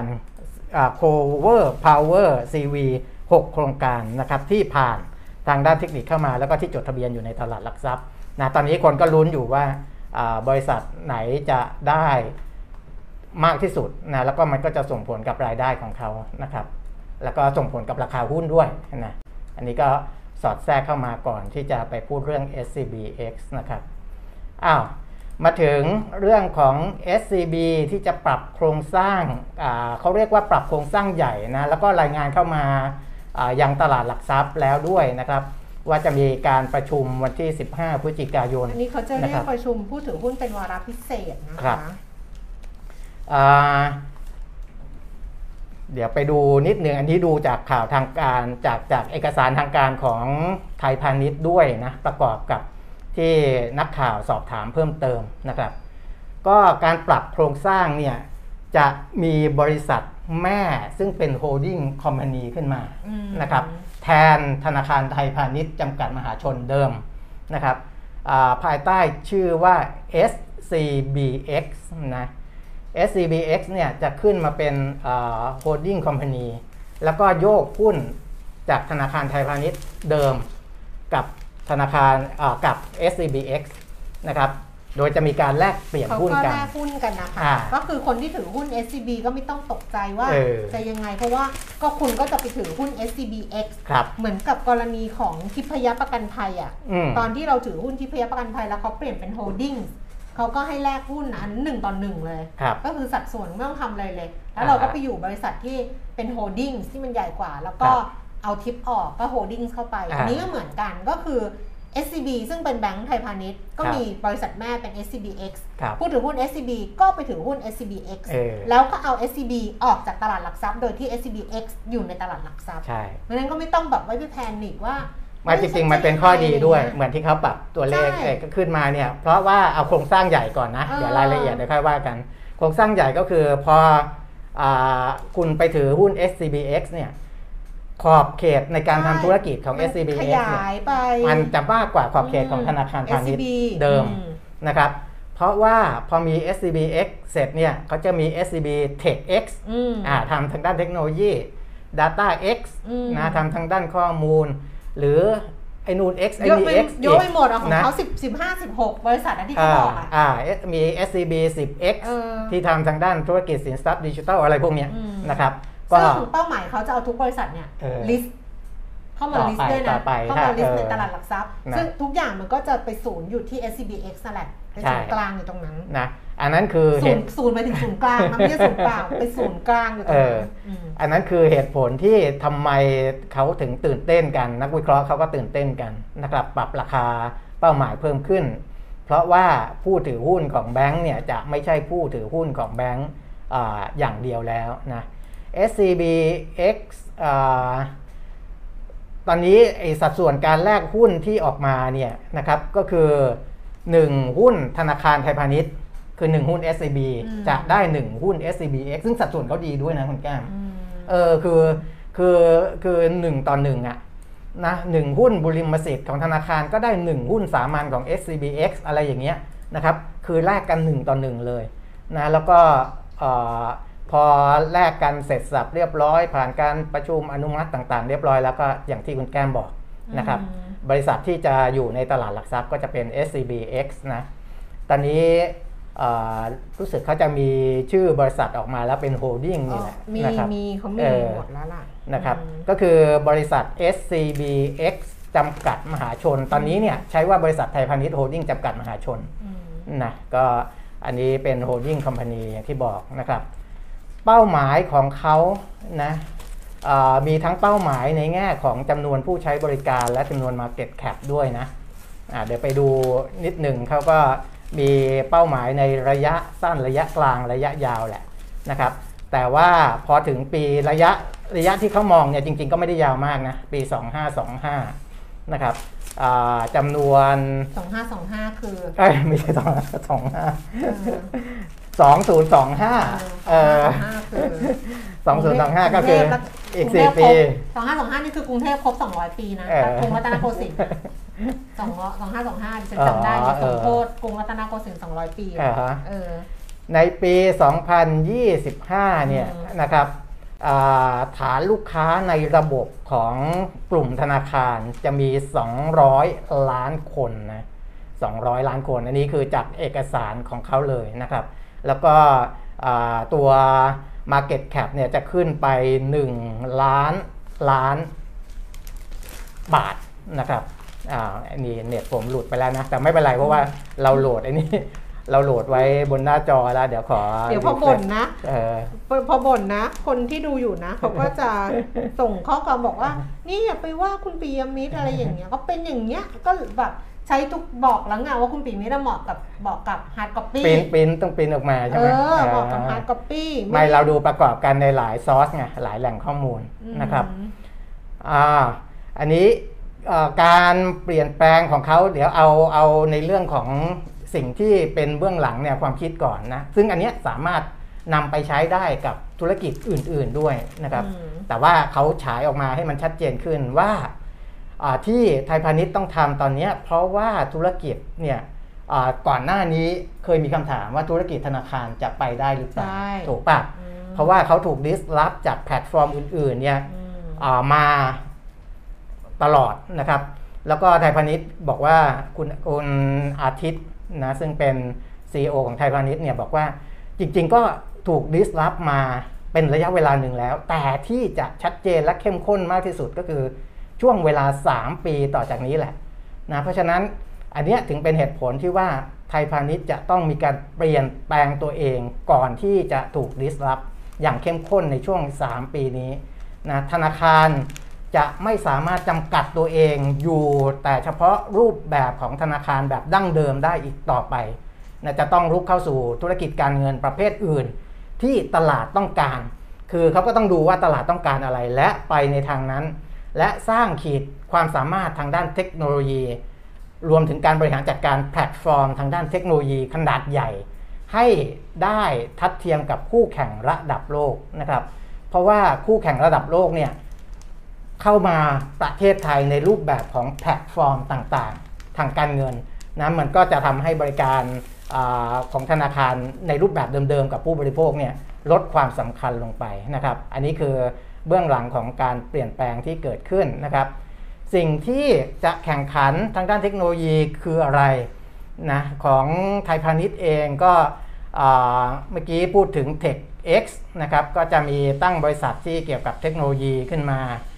Cover Power ซี วี หกโครงการนะครับที่ผ่านทางด้านเทคนิคเข้ามาแล้วก็ที่จดทะเบียนอยู่ในตลาดหลักทรัพย์นะตอนนี้คนก็ลุ้นอยู่ว่าบริษัทไหนจะได้มากที่สุดนะแล้วก็มันก็จะส่งผลกับรายได้ของเขานะครับแล้วก็ส่งผลกับราคาหุ้นด้วยนะอันนี้ก็สอดแทรกเข้ามาก่อนที่จะไปพูดเรื่อง เอส ซี บี เอ็กซ์ นะครับอ้าวมาถึงเรื่องของ เอส ซี บี ที่จะปรับโครงสร้างเขาเรียกว่าปรับโครงสร้างใหญ่นะแล้วก็รายงานเข้ามายังตลาดหลักทรัพย์แล้วด้วยนะครับว่าจะมีการประชุมวันที่สิบห้าพฤศจิกายนอันนี้เขาจะเรียกประชุมผู้ถือหุ้นเป็นวาระพิเศษนะคะเดี๋ยวไปดูนิดนึงอันนี้ดูจากข่าวทางการจากจากเอกสารทางการของไทยพาณิชย์ด้วยนะประกอบกับที่นักข่าวสอบถามเพิ่มเติมนะครับก็การปรับโครงสร้างเนี่ยจะมีบริษัทแม่ซึ่งเป็นโฮลดิ้งคอมพานีขึ้นมานะครับแทนธนาคารไทยพาณิชย์จำกัดมหาชนเดิมนะครับภายใต้ชื่อว่า เอส ซี บี เอ็กซ์ นะ เอส ซี บี เอ็กซ์ เนี่ยจะขึ้นมาเป็นโฮลดิ้งคอมพานีแล้วก็โยกหุ้นจากธนาคารไทยพาณิชย์เดิมกับธนาคารกับ เอส ซี บี เอ็กซ์ นะครับโดยจะมีการแลกเปลี่ยนหุ้นกันเขาก็แลกหุ้นกันนะคะก็คือคนที่ถือหุ้น เอส ซี บี ก็ไม่ต้องตกใจว่าจะยังไงเพราะว่าก็คุณก็จะไปถือหุ้น เอส ซี บี เอ็กซ์ เหมือนกับกรณีของทิพยประกันภัยอ่ะตอนที่เราถือหุ้นทิพยประกันภัยแล้วเขาเปลี่ยนเป็นโฮลดิ้งเขาก็ให้แลกหุ้นอันหนึ่งต่อหนึ่งเลยก็คือสัดส่วนไม่ต้องทำอะไรเลยแล้วเราก็ไปอยู่บริษัทที่เป็นโฮลดิ้งที่มันใหญ่กว่าแล้วก็เอาทิปออกก็โฮลดิ้งเข้าไปอันนี้ก็เหมือนกันก็คือเอส ซี บี ซึ่งเป็นแบงก์ไทยพาณิชย์ก็มีบริษัทแม่เป็น เอส ซี บี เอ็กซ์ ผู้ถือหุ้น เอส ซี บี ก็ไปถือหุ้น เอส ซี บี เอ็กซ์ แล้วก็เอา เอส ซี บี ออกจากตลาดหลักทรัพย์โดยที่ เอส ซี บี เอ็กซ์ อยู่ในตลาดหลักทรัพย์เพราะนั้นก็ไม่ต้องแบบไว้ไปแพนิคว่ามาจริงๆมันเป็นข้อดีด้วยเหมือนที่เขาปรับตัวเลขก็ขึ้นมาเนี่ยเพราะว่าเอาโครงสร้างใหญ่ก่อนนะเดี๋ยวรายละเอียดเดี๋ยวค่อยว่ากันโครงสร้างใหญ่ก็คือพอคุณไปถือหุ้น เอส ซี บี เอ็กซ์ เนี่ยขอบเขตในการทำธุรกิจของ เอส ซี บี เอ็กซ์ เนี่ยมันจะมากกว่าขอบเขตของธนาคารพาณิชย์เดิมนะครับเพราะว่าพอมี เอส ซี บี เอ็กซ์ เสร็จเนี่ยเขาจะมี เอส ซี บี TechX อ่าทำทางด้านเทคโนโลยี DataX นะทำทางด้านข้อมูลหรือไอ้นูน X ไอ้นี่ X เยอะไปหมดอ่ะของเขาสิบ สิบห้า สิบหกบริษัทที่เขาบอกอ่ะอ่ามี เอส ซี บี สิบ เอ็กซ์ ที่ทำทางด้านธุรกิจสินทรัพย์ดิจิทัลอะไรพวกนี้นะครับก็เป้าหมายเขาจะเอาทุกบริษัทเนี่ยลิสต์เข้ามาลิสต์ด้วยนะเข้ามาลิสต์ในตลาดหลักทรัพย์ซึ่งทุกอย่างมันก็จะไปศูนย์อยู่ที่ เอส ซี บี เอ็กซ์ นั่นแหละเป็นศูนย์กลางอยู่ตรงนั้นนะอันนั้นคือศูนย์ศูนย์ไปถึงศูนย์กลางมันไม่ใช่ศูนย์เปล่าเป็นศูนย์กลางอยู่ตรงนั้นอันนั้นคือเหตุผลที่ทำไมเขาถึงตื่นเต้นกันนักวิเคราะห์เขาก็ตื่นเต้นกันนะครับปรับราคาเป้าหมายเพิ่มขึ้นเพราะว่าผู้ถือหุ้นของแบงก์เนี่ยจะไม่ใช่ผู้ถือหุ้นของแบงก์อย่างเดียวแล้วนะ เอส ซี บี เอ็กซ์ ตอนนี้ไอ้สัดส่วนการแลกหุ้นที่ออกมาเนี่ยนะครับก็คือหนึ่งหุ้นธนาคารไทยพาณิชย์คือหนึ่งหุ้น เอส ซี บี จะได้หนึ่งหุ้น เอส ซี บี เอ็กซ์ ซึ่งสัดส่วนเขาดีด้วยนะคุณแก้มเออคือคือคือหนึ่งต่อหนึ่งอ่ะนะหนึ่งหุ้นบุริมสิทธิ์ของธนาคารก็ได้หนึ่งหุ้นสามัญของ เอส ซี บี เอ็กซ์ อะไรอย่างเงี้ยนะครับคือแลกกันหนึ่งต่อหนึ่งเลยนะแล้วก็เอ่อพอแลกกันเสร็จสับเรียบร้อยผ่านการประชุมอนุมัติต่างๆเรียบร้อยแล้วก็อย่างที่คุณแก้มบอกนะครับบริษัทที่จะอยู่ในตลาดหลักทรัพย์ก็จะเป็น เอส ซี บี เอ็กซ์ นะตอนนี้รู้สึกเขาจะมีชื่อบริษัทออกมาแล้วเป็นโฮลดิ้งนี่แหละนะครับมีเขามีหมดแล้วล่ะนะครับก็คือบริษัท เอส ซี บี เอ็กซ์ จำกัดมหาชนตอนนี้เนี่ยใช้ว่าบริษัทไทยพาณิชย์โฮลดิ้งจำกัดมหาชนนะก็อันนี้เป็นโฮลดิ้งคอมพานีอย่างที่บอกนะครับเป้าหมายของเขานะมีทั้งเป้าหมายในแง่ของจำนวนผู้ใช้บริการและจำนวน Market Cap ด้วยนะเดี๋ยวไปดูนิดหนึ่งเขาก็มีเป้าหมายในระยะสั้นระยะกลางระยะยาวแหละนะครับแต่ว่าพอถึงปีระยะระยะที่เขามองเนี่ยจริงๆก็ไม่ได้ยาวมากนะปีสองพันห้าร้อยยี่สิบห้านะครับจำนวนสองพันห้าร้อยยี่สิบห้าคือเอ้ยไม่ใช่สองพันห้าร้อยยี่สิบห้าสองพันยี่สิบห้าเออสองพันยี่สิบห้าก็คืออีกสี่ปีสองพันห้าร้อยยี่สิบห้านี่คือกรุงเทพครบสองร้อยปีนะกรุงรัตนโกสินทร์สองพันห้าร้อยยี่สิบห้าดิฉันจำได้สมโภชกรุงรัตนโกสินทร์สองร้อยปีเออในปีสองพันยี่สิบห้าเนี่ยนะครับฐานลูกค้าในระบบของกลุ่มธนาคารจะมีสองร้อยล้านคนนะสองร้อยล้านคนอันนี้คือจากเอกสารของเขาเลยนะครับแล้วก็ตัว Market Cap เนี่ยจะขึ้นไปหนึ่งล้านล้านบาทนะครับอ่าอันนี้เน็ตผมหลุดไปแล้วนะแต่ไม่เป็นไรเพราะว่าเราโหลดไอ้นี่เราโหลดไว้บนหน้าจอแล้วเดี๋ยวขอเดี๋ยวพอบ่นนะเออพอบ่นนะคนที่ดูอยู่นะเขาก็จะส่งข้อความบอกว่านี่อย่าไปว่าคุณปิยมิตรอะไรอย่างเงี้ยก็เป็นอย่างเงี้ยก็แบบใช้ทุกบอกแล้วไงว่าคุณปิยมิตรเหมาะกับบอกกับฮาร์ดคอปปี้ปริ้นปริ้นต้องปริ้นออกมาใช่ไหมเออบอกกับฮาร์ดคอปปี้ไม่เราดูประกอบกันในหลายซอสไงหลายแหล่งข้อมูลนะครับอ่าอันนี้การเปลี่ยนแปลงของเขาเดี๋ยวเอาเอาในเรื่องของสิ่งที่เป็นเบื้องหลังเนี่ยความคิดก่อนนะซึ่งอันนี้สามารถนำไปใช้ได้กับธุรกิจอื่นๆด้วยนะครับแต่ว่าเขาฉายออกมาให้มันชัดเจนขึ้นว่าที่ไทยพาณิชย์ต้องทำตอนนี้เพราะว่าธุรกิจเนี่ยก่อนหน้านี้เคยมีคำถามว่าธุรกิจธนาคารจะไปได้หรือเปล่าถูกปะเพราะว่าเขาถูกดิสลอฟจากแพลตฟอร์มอื่นๆเนี่ยมาตลอดนะครับแล้วก็ไทยพาณิชย์บอกว่าคุณคุณอาทิตย์นะซึ่งเป็น ซี อี โอ ของไทยพาณิชย์เนี่ยบอกว่าจริงๆก็ถูกดิสลอฟมาเป็นระยะเวลาหนึ่งแล้วแต่ที่จะชัดเจนและเข้มข้นมากที่สุดก็คือช่วงเวลาสามปีต่อจากนี้แหละนะเพราะฉะนั้นอันนี้ถึงเป็นเหตุผลที่ว่าไทยพาณิชย์จะต้องมีการเปลี่ยนแปลงตัวเองก่อนที่จะถูกดิสลอฟอย่างเข้มข้นในช่วงสามปีนี้นะธนาคารจะไม่สามารถจำกัดตัวเองอยู่แต่เฉพาะรูปแบบของธนาคารแบบดั้งเดิมได้อีกต่อไปนะจะต้องรุกเข้าสู่ธุรกิจการเงินประเภทอื่นที่ตลาดต้องการคือเขาก็ต้องดูว่าตลาดต้องการอะไรและไปในทางนั้นและสร้างขีดความสามารถทางด้านเทคโนโลยีรวมถึงการบริหารจัดการแพลตฟอร์มทางด้านเทคโนโลยีขนาดใหญ่ให้ได้ทัดเทียมกับคู่แข่งระดับโลกนะครับเพราะว่าคู่แข่งระดับโลกเนี่ยเข้ามาประเทศไทยในรูปแบบของแพลตฟอร์มต่างๆทางการเงินนะมันก็จะทำให้บริการอาของธนาคารในรูปแบบเดิมๆกับผู้บริโภคเนี่ยลดความสำคัญลงไปนะครับอันนี้คือเบื้องหลังของการเปลี่ยนแปลงที่เกิดขึ้นนะครับสิ่งที่จะแข่งขันทางด้านเทคโนโลยีคืออะไรนะของไทยพาณิชย์เองก็เมื่อกี้พูดถึง TechX นะครับก็จะมีตั้งบริษัทที่เกี่ยวกับเทคโนโลยีขึ้นมา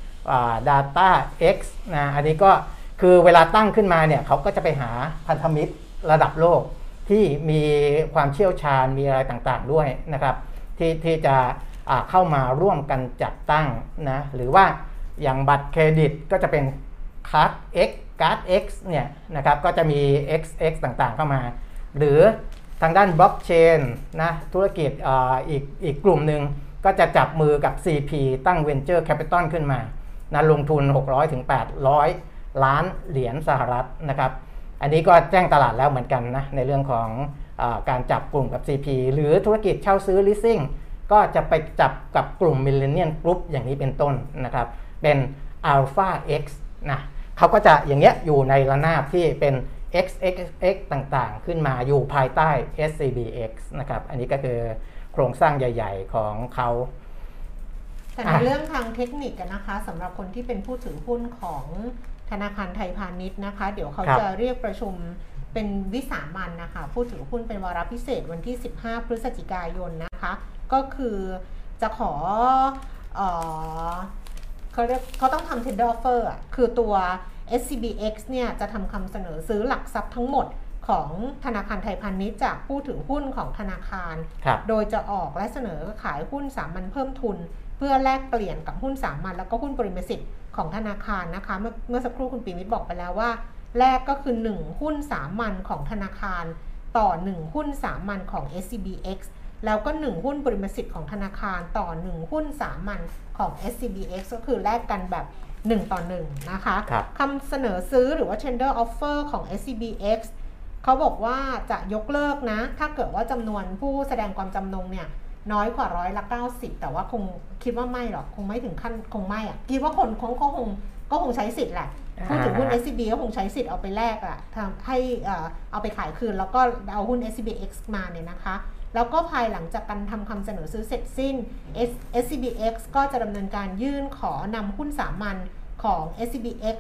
DataX นะอันนี้ก็คือเวลาตั้งขึ้นมาเนี่ยเขาก็จะไปหาพันธมิตรระดับโลกที่มีความเชี่ยวชาญมีอะไรต่างๆด้วยนะครับที่ที่จะเข้ามาร่วมกันจัดตั้งนะหรือว่าอย่างบัตรเครดิตก็จะเป็น Card X Card X เนี่ยนะครับก็จะมี เอ็กซ์ เอ็กซ์ ต่างๆเข้ามาหรือทางด้านบล็อกเชนนะธุรกิจออีกอีกกลุ่มหนึ่งก็จะจับมือกับ ซี พี ตั้ง Venture Capital ขึ้นมานะลงทุนหกร้อยถึงแปดร้อยล้านเหรียญสหรัฐนะครับอันนี้ก็แจ้งตลาดแล้วเหมือนกันนะในเรื่องของอ่าการจับกลุ่มกับ ซี พี หรือธุรกิจเช่าซื้อ leasing ก็จะไปจับกับกลุ่ม Millennium Group อย่างนี้เป็นต้นนะครับเป็น Alpha X นะเขาก็จะอย่างเงี้ยอยู่ในระนาบที่เป็น เอ็กซ์ เอ็กซ์ เอ็กซ์ ต่างๆขึ้นมาอยู่ภายใต้ เอส ซี บี เอ็กซ์ นะครับอันนี้ก็คือโครงสร้างใหญ่ๆของเขาแต่ในเรื่องทางเทคนิคนะคะสำหรับคนที่เป็นผู้ถือหุ้นของธนาคารไทยพาณิชย์นะคะเดี๋ยวเขาจะเรียกประชุมเป็นวิสามัญนะคะผู้ถือหุ้นเป็นวาระพิเศษวันที่สิบห้าพฤศจิกายนนะคะก็คือจะขอเอ่อเขาเรียกเขาต้องทำ tender offer อ่ะคือตัว เอส ซี บี เอ็กซ์ เนี่ยจะทำคำเสนอซื้อหลักทรัพย์ทั้งหมดของธนาคารไทยพาณิชย์จากผู้ถือหุ้นของธนาคารโดยจะออกและเสนอขายหุ้นสามัญเพิ่มทุนเพื่อแลกเปลี่ยนกับหุ้นสามัญแล้วก็หุ้นปริมาณสิทธิ์ของธนาคารนะคะเมื่อเมื่อสักครู่คุณปิมิตรบอกไปแล้วว่าแรกก็คือหนึ่งหุ้นสามัญของธนาคารต่อหนึ่งหุ้นสามัญของ เอส ซี บี เอ็กซ์ แล้วก็หนึ่งหุ้นปริมาณสิทธิ์ของธนาคารต่อหนึ่งหุ้นสามัญของ เอส ซี บี เอ็กซ์ ก็คือแลกกันแบบหนึ่งต่อหนึ่งนะคะคำเสนอซื้อหรือว่า tender offer ของ เอส ซี บี เอ็กซ์ เขาบอกว่าจะยกเลิกนะถ้าเกิดว่าจำนวนผู้แสดงความจำนงเนี่ยน้อยกว่าร้อยละเก้าสิบแต่ว่าคงคิดว่าไม่หรอกคงไม่ถึงขั้นคงไม่อ่ะคิดว่าคนคงก็คงก็คงใช้สิทธิ์แหละพูดถึงหุ้น เอส ซี บี ก็คงใช้สิทธิ์เอาไปแลกอ่ะทำให้เอาไปขายคืนแล้วก็เอาหุ้น เอส ซี บี เอ็กซ์ มาเนี่ยนะคะแล้วก็ภายหลังจากการทำคำเสนอซื้อเสร็จสิ้น เอส ซี บี เอ็กซ์ ก็จะดำเนินการยื่นขอนำหุ้นสามัญของ เอส ซี บี เอ็กซ์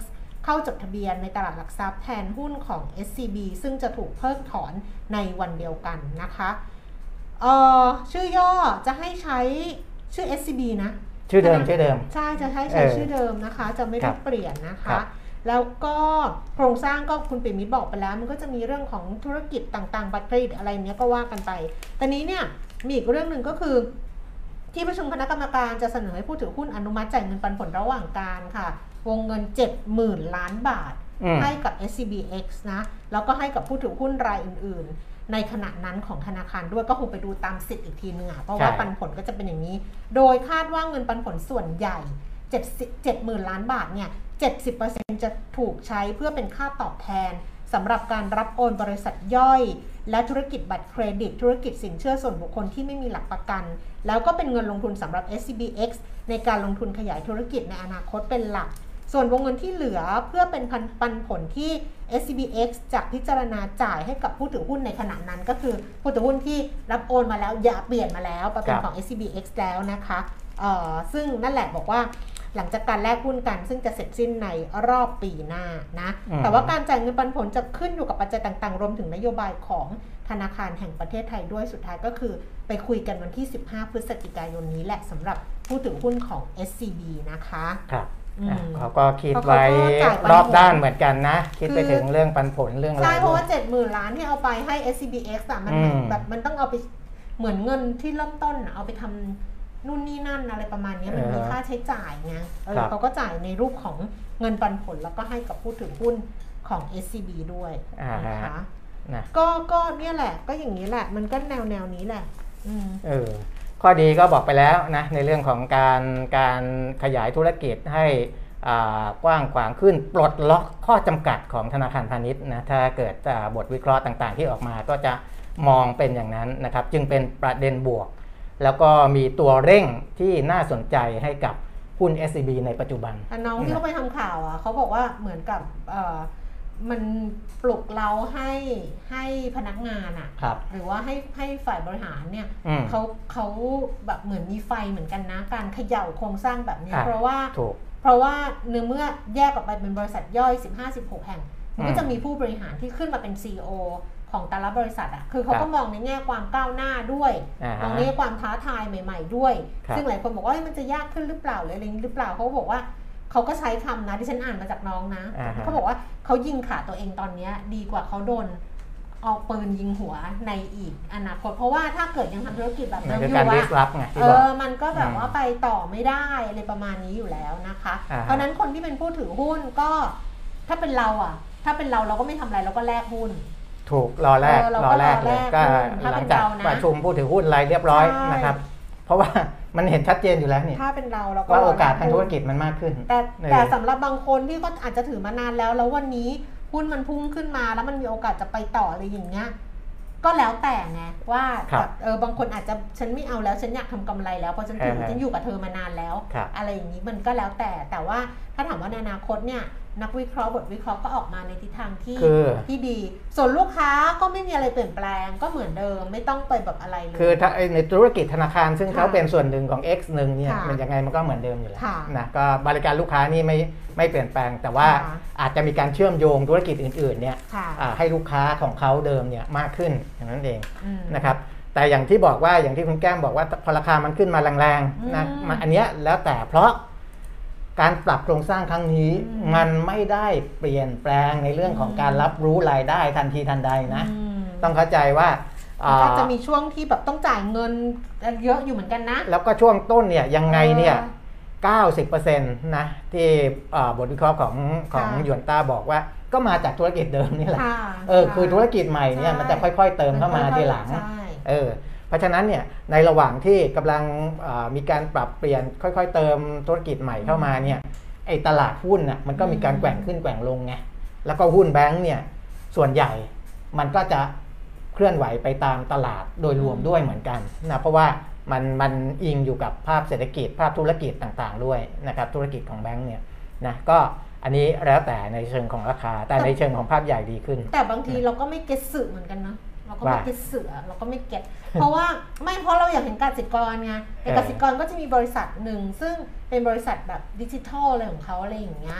เข้าจดทะเบียนในตลาดหลักทรัพย์แทนหุ้นของ เอส ซี บี ซึ่งจะถูกเพิกถอนในวันเดียวกันนะคะเอ่อชื่อย่อจะให้ใช้ชื่อ เอส ซี บี นะชื่อเดิมชื่อเดิมใช่จะให้ใช้ชื่อเดิมนะคะจะไม่ได้เปลี่ยนนะคะแล้วก็โครงสร้างก็คุณปิ่มมิตรบอกไปแล้วมันก็จะมีเรื่องของธุรกิจต่างๆบัตรเครดิตอะไรเนี้ยก็ว่ากันไปแต่นี้เนี่ยมีอีกเรื่องหนึ่งก็คือที่ประชุมคณะกรรมการจะเสนอให้ผู้ถือหุ้นอนุมัติจ่ายเงินปันผลระหว่างการค่ะวงเงิน เจ็ดหมื่น ล้านบาทให้กับ เอส ซี บี เอ็กซ์ นะแล้วก็ให้กับผู้ถือหุ้นรายอื่นๆในขณะนั้นของธนาคารด้วยก็คงไปดูตามสิทธิ์อีกทีนึงอ่ะเพราะว่าปันผลก็จะเป็นอย่างนี้โดยคาดว่าเงินปันผลส่วนใหญ่เจ็ดหมื่น ล้านบาทเนี่ย เจ็ดสิบเปอร์เซ็นต์ จะถูกใช้เพื่อเป็นค่าตอบแทนสำหรับการรับโอนบริษัทย่อยและธุรกิจบัตรเครดิตธุรกิจสินเชื่อส่วนบุคคลที่ไม่มีหลักประกันแล้วก็เป็นเงินลงทุนสำหรับ เอส ซี บี เอ็กซ์ ในการลงทุนขยายธุรกิจในอนาคตเป็นหลักส่วนวงเงินที่เหลือเพื่อเป็นปันผลที่ เอส ซี บี เอ็กซ์ จะพิจารณาจ่ายให้กับผู้ถือหุ้นในขณะนั้นก็คือผู้ถือหุ้นที่รับโอนมาแล้วอย่าเปลี่ยนมาแล้วเป็นของ เอส ซี บี เอ็กซ์ แล้วนะคะเอ่อซึ่งนั่นแหละบอกว่าหลังจากการแลกหุ้นกันซึ่งจะเสร็จสิ้นในรอบปีหน้านะแต่ว่าการจ่ายเงินปันผลจะขึ้นอยู่กับปัจจัยต่างๆรวมถึงนโยบายของธนาคารแห่งประเทศไทยด้วยสุดท้ายก็คือไปคุยกันวันที่สิบห้าพฤศจิกายนนี้แหละสำหรับผู้ถือหุ้นของ เอส ซี บี นะคะครับเขาก็คิดไว้รอบด้านเหมือนกันนะคิดไปถึงเรื่องปันผลเรื่องอะไรใช่เพราะว่า เจ็ดหมื่น ล้านที่เอาไปให้ เอส ซี บี เอ็กซ์ อ่ะมันแบบมันต้องเอาไปเหมือนเงินที่เริ่มต้นเอาไปทำนู่นนี่นั่นอะไรประมาณนี้มันมีค่าใช้จ่ายไงเออเขาก็จ่ายในรูปของเงินปันผลแล้วก็ให้กับผู้ถือหุ้นของ เอส ซี บี ด้วยนะคะก็ก็เนี่ยแหละก็อย่างนี้แหละมันก็แนวแนวนี้แหละเออข้อดีก็บอกไปแล้วนะในเรื่องของการการขยายธุรกิจให้กว้างขวางขึ้นปลดล็อกข้อจำกัดของธนาคารพาณิชย์นะถ้าเกิดบทวิเคราะห์ต่างๆที่ออกมาก็จะมองเป็นอย่างนั้นนะครับจึงเป็นประเด็นบวกแล้วก็มีตัวเร่งที่น่าสนใจให้กับหุ้น เอส ซี บี ในปัจจุบันน้องที่เขาไปทำข่าวอ่ะเขาบอกว่าเหมือนกับมันปลุกเราให้ให้พนักงานอ่ะหรือว่าให้ให้ฝ่ายบริหารเนี่ยเขาเขาแบบเหมือนมีไฟเหมือนกันนะการเขย่าโครงสร้างแบบนี้เพราะว่าเพราะว่าเนื่อเมื่อแยกออกไปเป็นบริษัทย่อย สิบห้า สิบหก แห่งมันก็จะมีผู้บริหารที่ขึ้นมาเป็น ซี อี โอ ของแต่ละบริษัทอ่ะคือเขาก็มองในแง่ความก้าวหน้าด้วยมองในแง่ความท้าทายใหม่ๆด้วยซึ่งหลายคนบอกว่ามันจะยากขึ้นหรือเปล่าหรืออะไรหรือเปล่าเขาบอกว่าเขาก็ใช้คำนะที่ฉันอ่านมาจากน้องนะเขาบอกว่าเขายิงขาตัวเองตอนนี้ดีกว่าเขาโดนเอาปืนยิงหัวในอีกอนาคตเพราะว่าถ้าเกิดยังทำธุรกิจแบบนั้นอยู่ว่าเออมันก็แบบว่าไปต่อไม่ได้อะไรประมาณนี้อยู่แล้วนะคะเพราะนั้นคนที่เป็นผู้ถือหุ้นก็ถ้าเป็นเราอ่ะถ้าเป็นเราเราก็ไม่ทำอะไรเราก็แลกหุ้นถูกรอแรกรอแรกเลยก็หลังจากประชุมผู้ถือหุ้นรายเรียบร้อยนะครับเพราะว่ามันเห็นชัดเจนอยู่แล้วนี่ถ้าเป็นเราเราก็ว่าโอกาสทางธุรกิจมันมากขึ้นแต่แต่สำหรับบางคนที่ก็อาจจะถือมานานแล้วแล้ววันนี้หุ้นมันพุ่งขึ้นมาแล้วมันมีโอกาสจะไปต่ออะไรอย่างเงี้ยก็แล้วแต่ไงว่าแบบเออบางคนอาจจะฉันไม่เอาแล้วฉันอยากทำกำไรแล้วเพราะฉันถือฉันอยู่กับเธอมานานแล้วอะไรอย่างนี้มันก็แล้วแต่แต่ว่าถ้าถามว่าในอนาคตเนี่ยนักวิเคราะห์บทวิเคราะห์ก็ออกมาในทิศทางที่ที่ดีส่วนลูกค้าก็ไม่มีอะไรเปลี่ยนแปลงก็เหมือนเดิมไม่ต้องไปแบบอะไรเลยคือในธุรกิจธนาคารซึ่งเขาเป็นส่วนหนึ่งของ X หนึ่งเนี่ยมันยังไงมันก็เหมือนเดิมอยู่แล้วนะก็บริการลูกค้านี่ไม่ไม่เปลี่ยนแปลงแต่ว่าอาจจะมีการเชื่อมโยงธุรกิจอื่นๆเนี่ยให้ลูกค้าของเขาเดิมเนี่ยมากขึ้นอย่างนั้นเองนะครับแต่อย่างที่บอกว่าอย่างที่คุณแก้มบอกว่าพอราคามันขึ้นมาแรงๆนะอันนี้แล้วแต่เพราะการปรับโครงสร้างครั้งนี้มันไม่ได้เปลี่ยนแปลงในเรื่องของการรับรู้รายได้ทันทีทันใดนะต้องเข้าใจว่าก็จะมีช่วงที่แบบต้องจ่ายเงินเยอะอยู่เหมือนกันนะแล้วก็ช่วงต้นเนี่ยยังไงเนี่ย เก้าสิบเปอร์เซ็นต์ นะที่บทวิเคราะห์ของของหยวนต้าบอกว่าก็มาจากธุรกิจเดิมนี่แหละเออคือธุรกิจใหม่เนี่ยมันจะค่อยๆเติมเข้ามาทีหลังเออเพราะฉะนั้นเนี่ยในระหว่างที่กำลังมีการปรับเปลี่ยนค่อยๆเติมธุรกิจใหม่เข้ามาเนี่ยไอ้ตลาดหุ้นน่ะมันก็มีการแกว่งขึ้นแกว่งลงไงแล้วก็หุ้นแบงก์เนี่ยส่วนใหญ่มันก็จะเคลื่อนไหวไปตามตลาดโดยรวมด้วยเหมือนกันนะเพราะว่ามันมันอิงอยู่กับภาพเศรษฐกิจภาพธุรกิจต่างๆด้วยนะครับธุรกิจของแบงก์เนี่ยนะก็อันนี้แล้วแต่ในเชิงของราคาแต่ในเชิงของภาพใหญ่ดีขึ้นแต่บางทีเราก็ไม่เก็ตสื่อเหมือนกันนะเราก็ไม่เก็ตเสือเราก็ไม่เก็ตเพราะว่าไม่เพราะเราอยากเห็นกสิกรไงแต่กสิกรก็จะมีบริษัทหนึ่งซึ่งเป็นบริษัทแบบดิจิทัลอะไรของเขาอะไรอย่างเงี้ย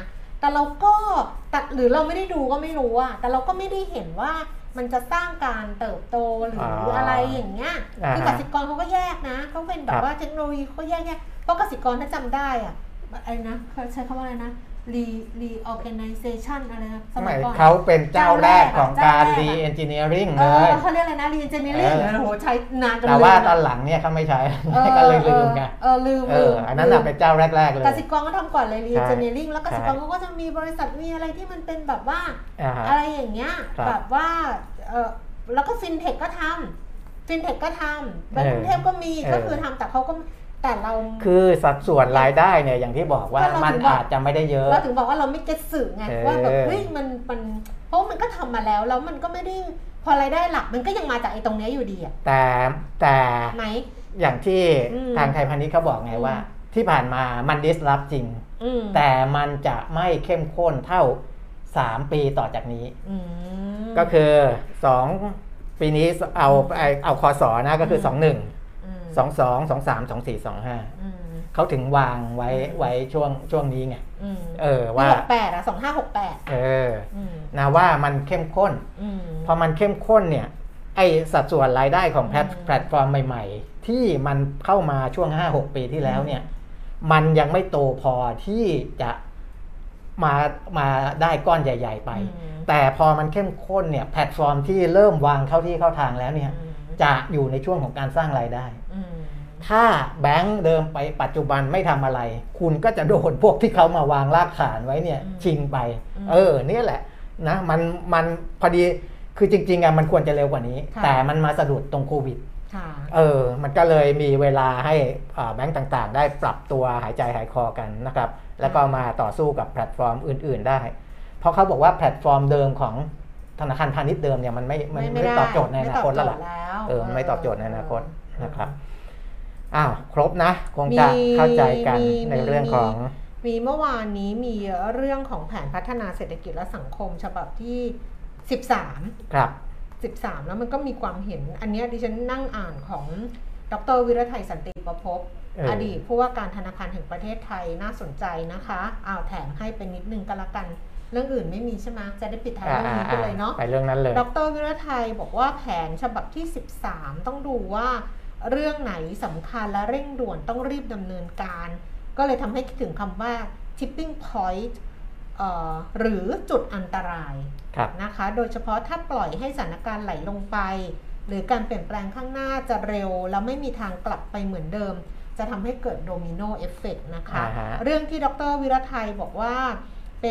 แต่เราก็แต่หรือเราไม่ได้ดูก็ไม่รู้อะแต่เราก็ไม่ได้เห็นว่ามันจะสร้างการเติบโตหรืออะไรอย่างเงี้ยคือกสิกรเขาก็แยกนะเขาเป็นแบบว่าเทคโนโลยีเขาแยกแยกเพราะกสิกรถ้าจำได้อะอะไรนะเขาใช้คำว่าอะไรนะรีรีออแกไนเซชันอะไรนะสมัยก่อนเขาเป็นเจ้าแรกของการรีเอนจิเนียริ่งเลยเขาเรียกอะไรนะรีเอนจิเนียริ่งโอ้โหใช้นานจนลืมแต่ว่าตอนหลังเนี่ยเขาไม่ใช้ก็เลยลืมไงเออลืมเอออันนั้นน่ะเป็นเจ้าแรกๆเลยกสิกรก็ทำก่อนเลยรีเอนจิเนียริ่งแล้วกสิกรเขาก็จะมีบริษัทมีอะไรที่มันเป็นแบบว่าอะไรอย่างเงี้ยแบบว่าเออแล้วก็ฟินเทคก็ทำฟินเทคก็ทำแบงก์กรุงเทพก็มีก็คือทำแต่เขาก็แต่เราคือสัดส่วนรายได้เนี่ยอย่างที่บอกว่ามันอาจจะไม่ได้เยอะเราถึงบอกว่าเราไม่เก็ตสื่อไงว่าแบบเฮ้ยมันมันเพราะมันก็ทำมาแล้วแล้วมันก็ไม่ได้พอรายได้หลักมันก็ยังมาจากไอ้ตรงนี้อยู่ดีอะแต่แต่ไหมอย่างที่ทางไทยพาณิชย์เขาบอกไงว่าที่ผ่านมามันดิสรับจริงแต่มันจะไม่เข้มข้นเท่าสามปีต่อจากนี้ก็คือสองปีนี้เอาเอาคสนะก็คือสองหนึ่งสองสองสองสามสองสี่สองห้าเขาถึงวางไว้ไว้ช่วงช่วงนี้ไงเออว่าหกแปดอะสองห้าหกแปดเออนะว่ามันเข้มข้นพอมันเข้มข้นเนี่ยไอสัดส่วนรายได้ของแพลตฟอร์มใหม่ๆที่มันเข้ามาช่วง ห้าหก ปีที่แล้วเนี่ยมันยังไม่โตพอที่จะมามาได้ก้อนใหญ่ๆไปแต่พอมันเข้มข้นเนี่ยแพลตฟอร์มที่เริ่มวางเข้าที่เข้าทางแล้วเนี่ยจะอยู่ในช่วงของการสร้างรายได้ถ้าแบงค์เดิมไปปัจจุบันไม่ทำอะไรคุณก็จะโดนพวกที่เขามาวางรากฐานไว้เนี่ยชิงไปเออเนี่ยแหละนะมันมันพอดีคือจริงๆอ่ะมันควรจะเร็วกว่านี้แต่มันมาสะดุดตรงโควิดเออมันก็เลยมีเวลาให้แบงค์ต่างๆได้ปรับตัวหายใจหายคอกันนะครับแล้วก็มาต่อสู้กับแพลตฟอร์มอื่นๆได้เพราะเขาบอกว่าแพลตฟอร์มเดิมของธนาคารพาณิชย์เดิมเนี่ยมันไม่มันไม่ตอบโจทย์ในอนาคตแล้วล่ะเออไม่ตอบโจทย์ในอนาคตนะครับอ้าวครบนะคงจะเข้าใจกันในเรื่องของมีเมื่อวานนี้มีเรื่องของแผนพัฒนาเศรษฐกิจและสังคมฉบับที่สิบสามครับสิบสามแล้วมันก็มีความเห็นอันนี้ดิฉันนั่งอ่านของดร.วิรไทยสันติประภพอดีตผู้ว่าการธนาคารแห่งประเทศไทยน่าสนใจนะคะอ้าวแถมให้เป็นนิดนึงก็แล้วกันเรื่องอื่นไม่มีใช่ไหมจะได้ปิดท้ายเรื่องนี้ไปเลยเนาะไปเรื่องนั้นเลยดร.วิรไทยบอกว่าแผนฉบับที่สิบสามต้องดูว่าเรื่องไหนสำคัญและเร่งด่วนต้องรีบดำเนินการก็เลยทำให้คิดถึงคำว่า tipping point หรือจุดอันตรายนะคะโดยเฉพาะถ้าปล่อยให้สถานการณ์ไหลลงไปหรือการเปลี่ยนแปลงข้างหน้าจะเร็วแล้วไม่มีทางกลับไปเหมือนเดิมจะทำให้เกิดโดมิโนเอฟเฟกต์นะคะเรื่องที่ดร.วิรไทยบอกว่าเป็น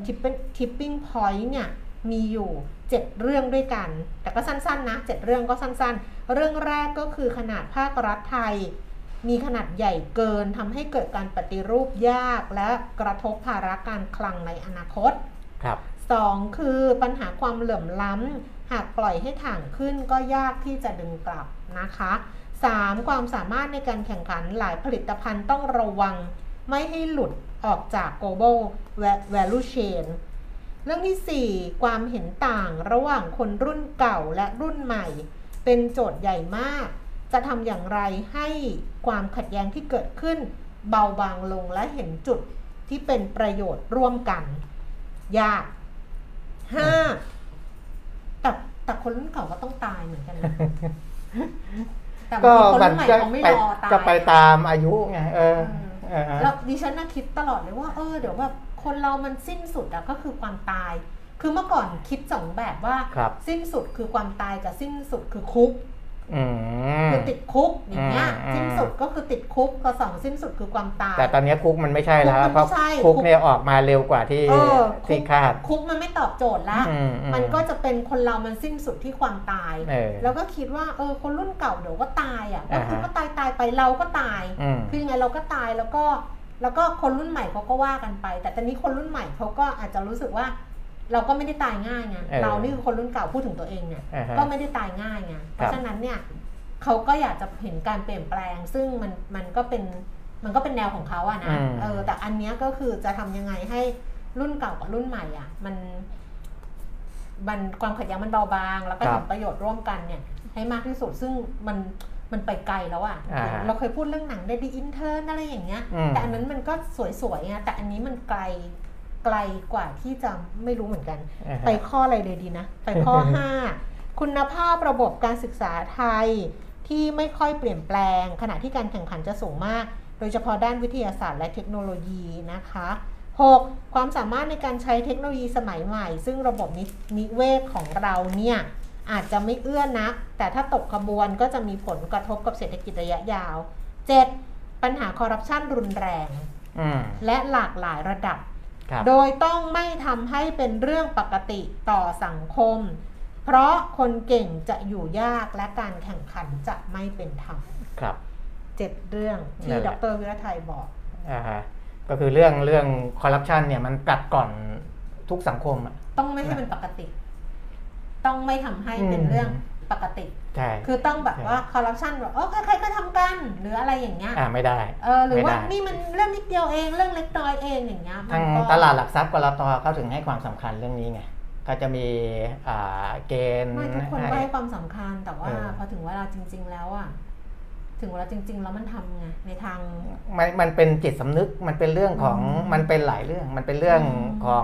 tipping point เนี่ยมีอยู่เจ็ดเรื่องด้วยกันแต่ก็สั้นๆนะเจ็ดเรื่องก็สั้นๆเรื่องแรกก็คือขนาดภาครัฐไทยมีขนาดใหญ่เกินทำให้เกิดการปฏิรูปยากและกระทบภาระการคลังในอนาคตครับสองคือปัญหาความเหลื่อมล้ำหากปล่อยให้ถ่างขึ้นก็ยากที่จะดึงกลับนะคะสามความสามารถในการแข่งขันหลายผลิตภัณฑ์ต้องระวังไม่ให้หลุดออกจาก global value chain เรื่องที่สี่ความเห็นต่างระหว่างคนรุ่นเก่าและรุ่นใหม่เป็นโจทย์ใหญ่มากจะทำอย่างไรให้ความขัดแย้งที่เกิดขึ้นเบาบางลงและเห็นจุดที่เป็นประโยชน์ร่วมกันยากห้าแต่แต่คนรุ่นเก่าก็ต้องตายเหมือนกันนะแต่คนรุ่นใหม่เขาไม่รอตายก็ไปตามอายุไงเออแล้วดิฉันน่ะคิดตลอดเลยว่าเออเดี๋ยวแบบคนเรามันสิ้นสุดอะก็คือความตายคือเมื่อก่อนคิดสองแบบว่าสิ้นสุดคือความตายกับสิ้นสุดคือคุกคือติดคุกอย่างเงี้ยสิ้นสุดก็คือติดคุกกับสองสิ้นสุดคือความตายแต่ตอนนี้คุกมันไม่ใช่แล้วเพราะคุกเนี่ยออกมาเร็วกว่าที่ที่คาดคุกมันไม่ตอบโจทย์ละมันก็จะเป็นคนเรามันสิ้นสุดที่ความตายแล้วก็คิดว่าเออคนรุ่นเก่าเดี๋ยวก็ตายอ่ะก็คือก็ตายตายไปเราก็ตายคือยังไงเราก็ตายแล้วก็แล้วก็คนรุ่นใหม่เขาก็ว่ากันไปแต่ตอนนี้คนรุ่นใหม่เขาก็อาจจะรู้สึกว่าเราก็ไม่ได้ตายง่ายไงเรานี่คือคนรุ่นเก่าพูดถึงตัวเองเนี่ยก็ไม่ได้ตายง่ายไงเพราะฉะนั้นเนี่ยเขาก็อยากจะเห็นการเปลี่ยนแปลงซึ่งมันมันก็เป็นมันก็เป็นแนวของเขาอะนะเออแต่อันนี้ก็คือจะทำยังไงให้รุ่นเก่ากับรุ่นใหม่อะมันมันความขัดแย้งมันเบาบางแล้วก็เห็นประโยชน์ร่วมกันเนี่ยให้มากที่สุดซึ่งมันมันไปไกลแล้วอะเราเคยพูดเรื่องหนังเดดี้อินเทอร์อะไรอย่างเงี้ยแต่อันนั้นมันก็สวยๆไงแต่อันนี้มันไกลไไกลกว่าที่จะไม่รู้เหมือนกัน uh-huh. ไปข้ออะไรเลยดีนะไปข้อ ห้า คุณภาพระบบการศึกษาไทยที่ไม่ค่อยเปลี่ยนแปลงขณะที่การแข่งขันจะสูงมากโดยเฉพาะด้านวิทยาศาสตร์และเทคโนโลยีนะคะหกความสามารถในการใช้เทคโนโลยีสมัยใหม่ซึ่งระบบนินิเวศของเราเนี่ยอาจจะไม่เอื้อนักแต่ถ้าตกขบวนก็จะมีผลกระทบกับเศรษฐกิจระยะยาว เจ็ด ปัญหาคอร์รัปชันรุนแรงและหลากหลายระดับโดยต้องไม่ทำให้เป็นเรื่องปกติต่อสังคมเพราะคนเก่งจะอยู่ยากและการแข่งขันจะไม่เป็นธรรมครับเจ็ดเรื่องที่ดร.วิรทัยบอกอ่าฮะก็คือเรื่องเรื่องคอร์รัปชันเนี่ยมันกัดก่อนทุกสังคมอ่ะต้องไม่ให้เป็นปกติต้องไม่ทำให้เป็นเรื่องปกติใช่คือต้องแบบว่าคอร์รัปชันแบบเออใครๆก็ทำกันหรืออะไรอย่างเงี้ยอ่าไม่ได้เออหรือว่านี่มันเรื่องนิดเดียวเองเรื่องเล็กน้อยเองอย่างเงี้ยทางตลาดหลักทรัพย์กลต.เขาถึงให้ความสำคัญเรื่องนี้ไงก็จะมีเกณฑ์ไม่ทุกคนให้ความสำคัญแต่ว่าพอถึงเวลาจริงๆแล้วอ่ะถึงเวลาจริงๆแล้วมันทำไงในทางมันมันเป็นจิตสำนึกมันเป็นเรื่องของมันเป็นหลายเรื่องมันเป็นเรื่องของ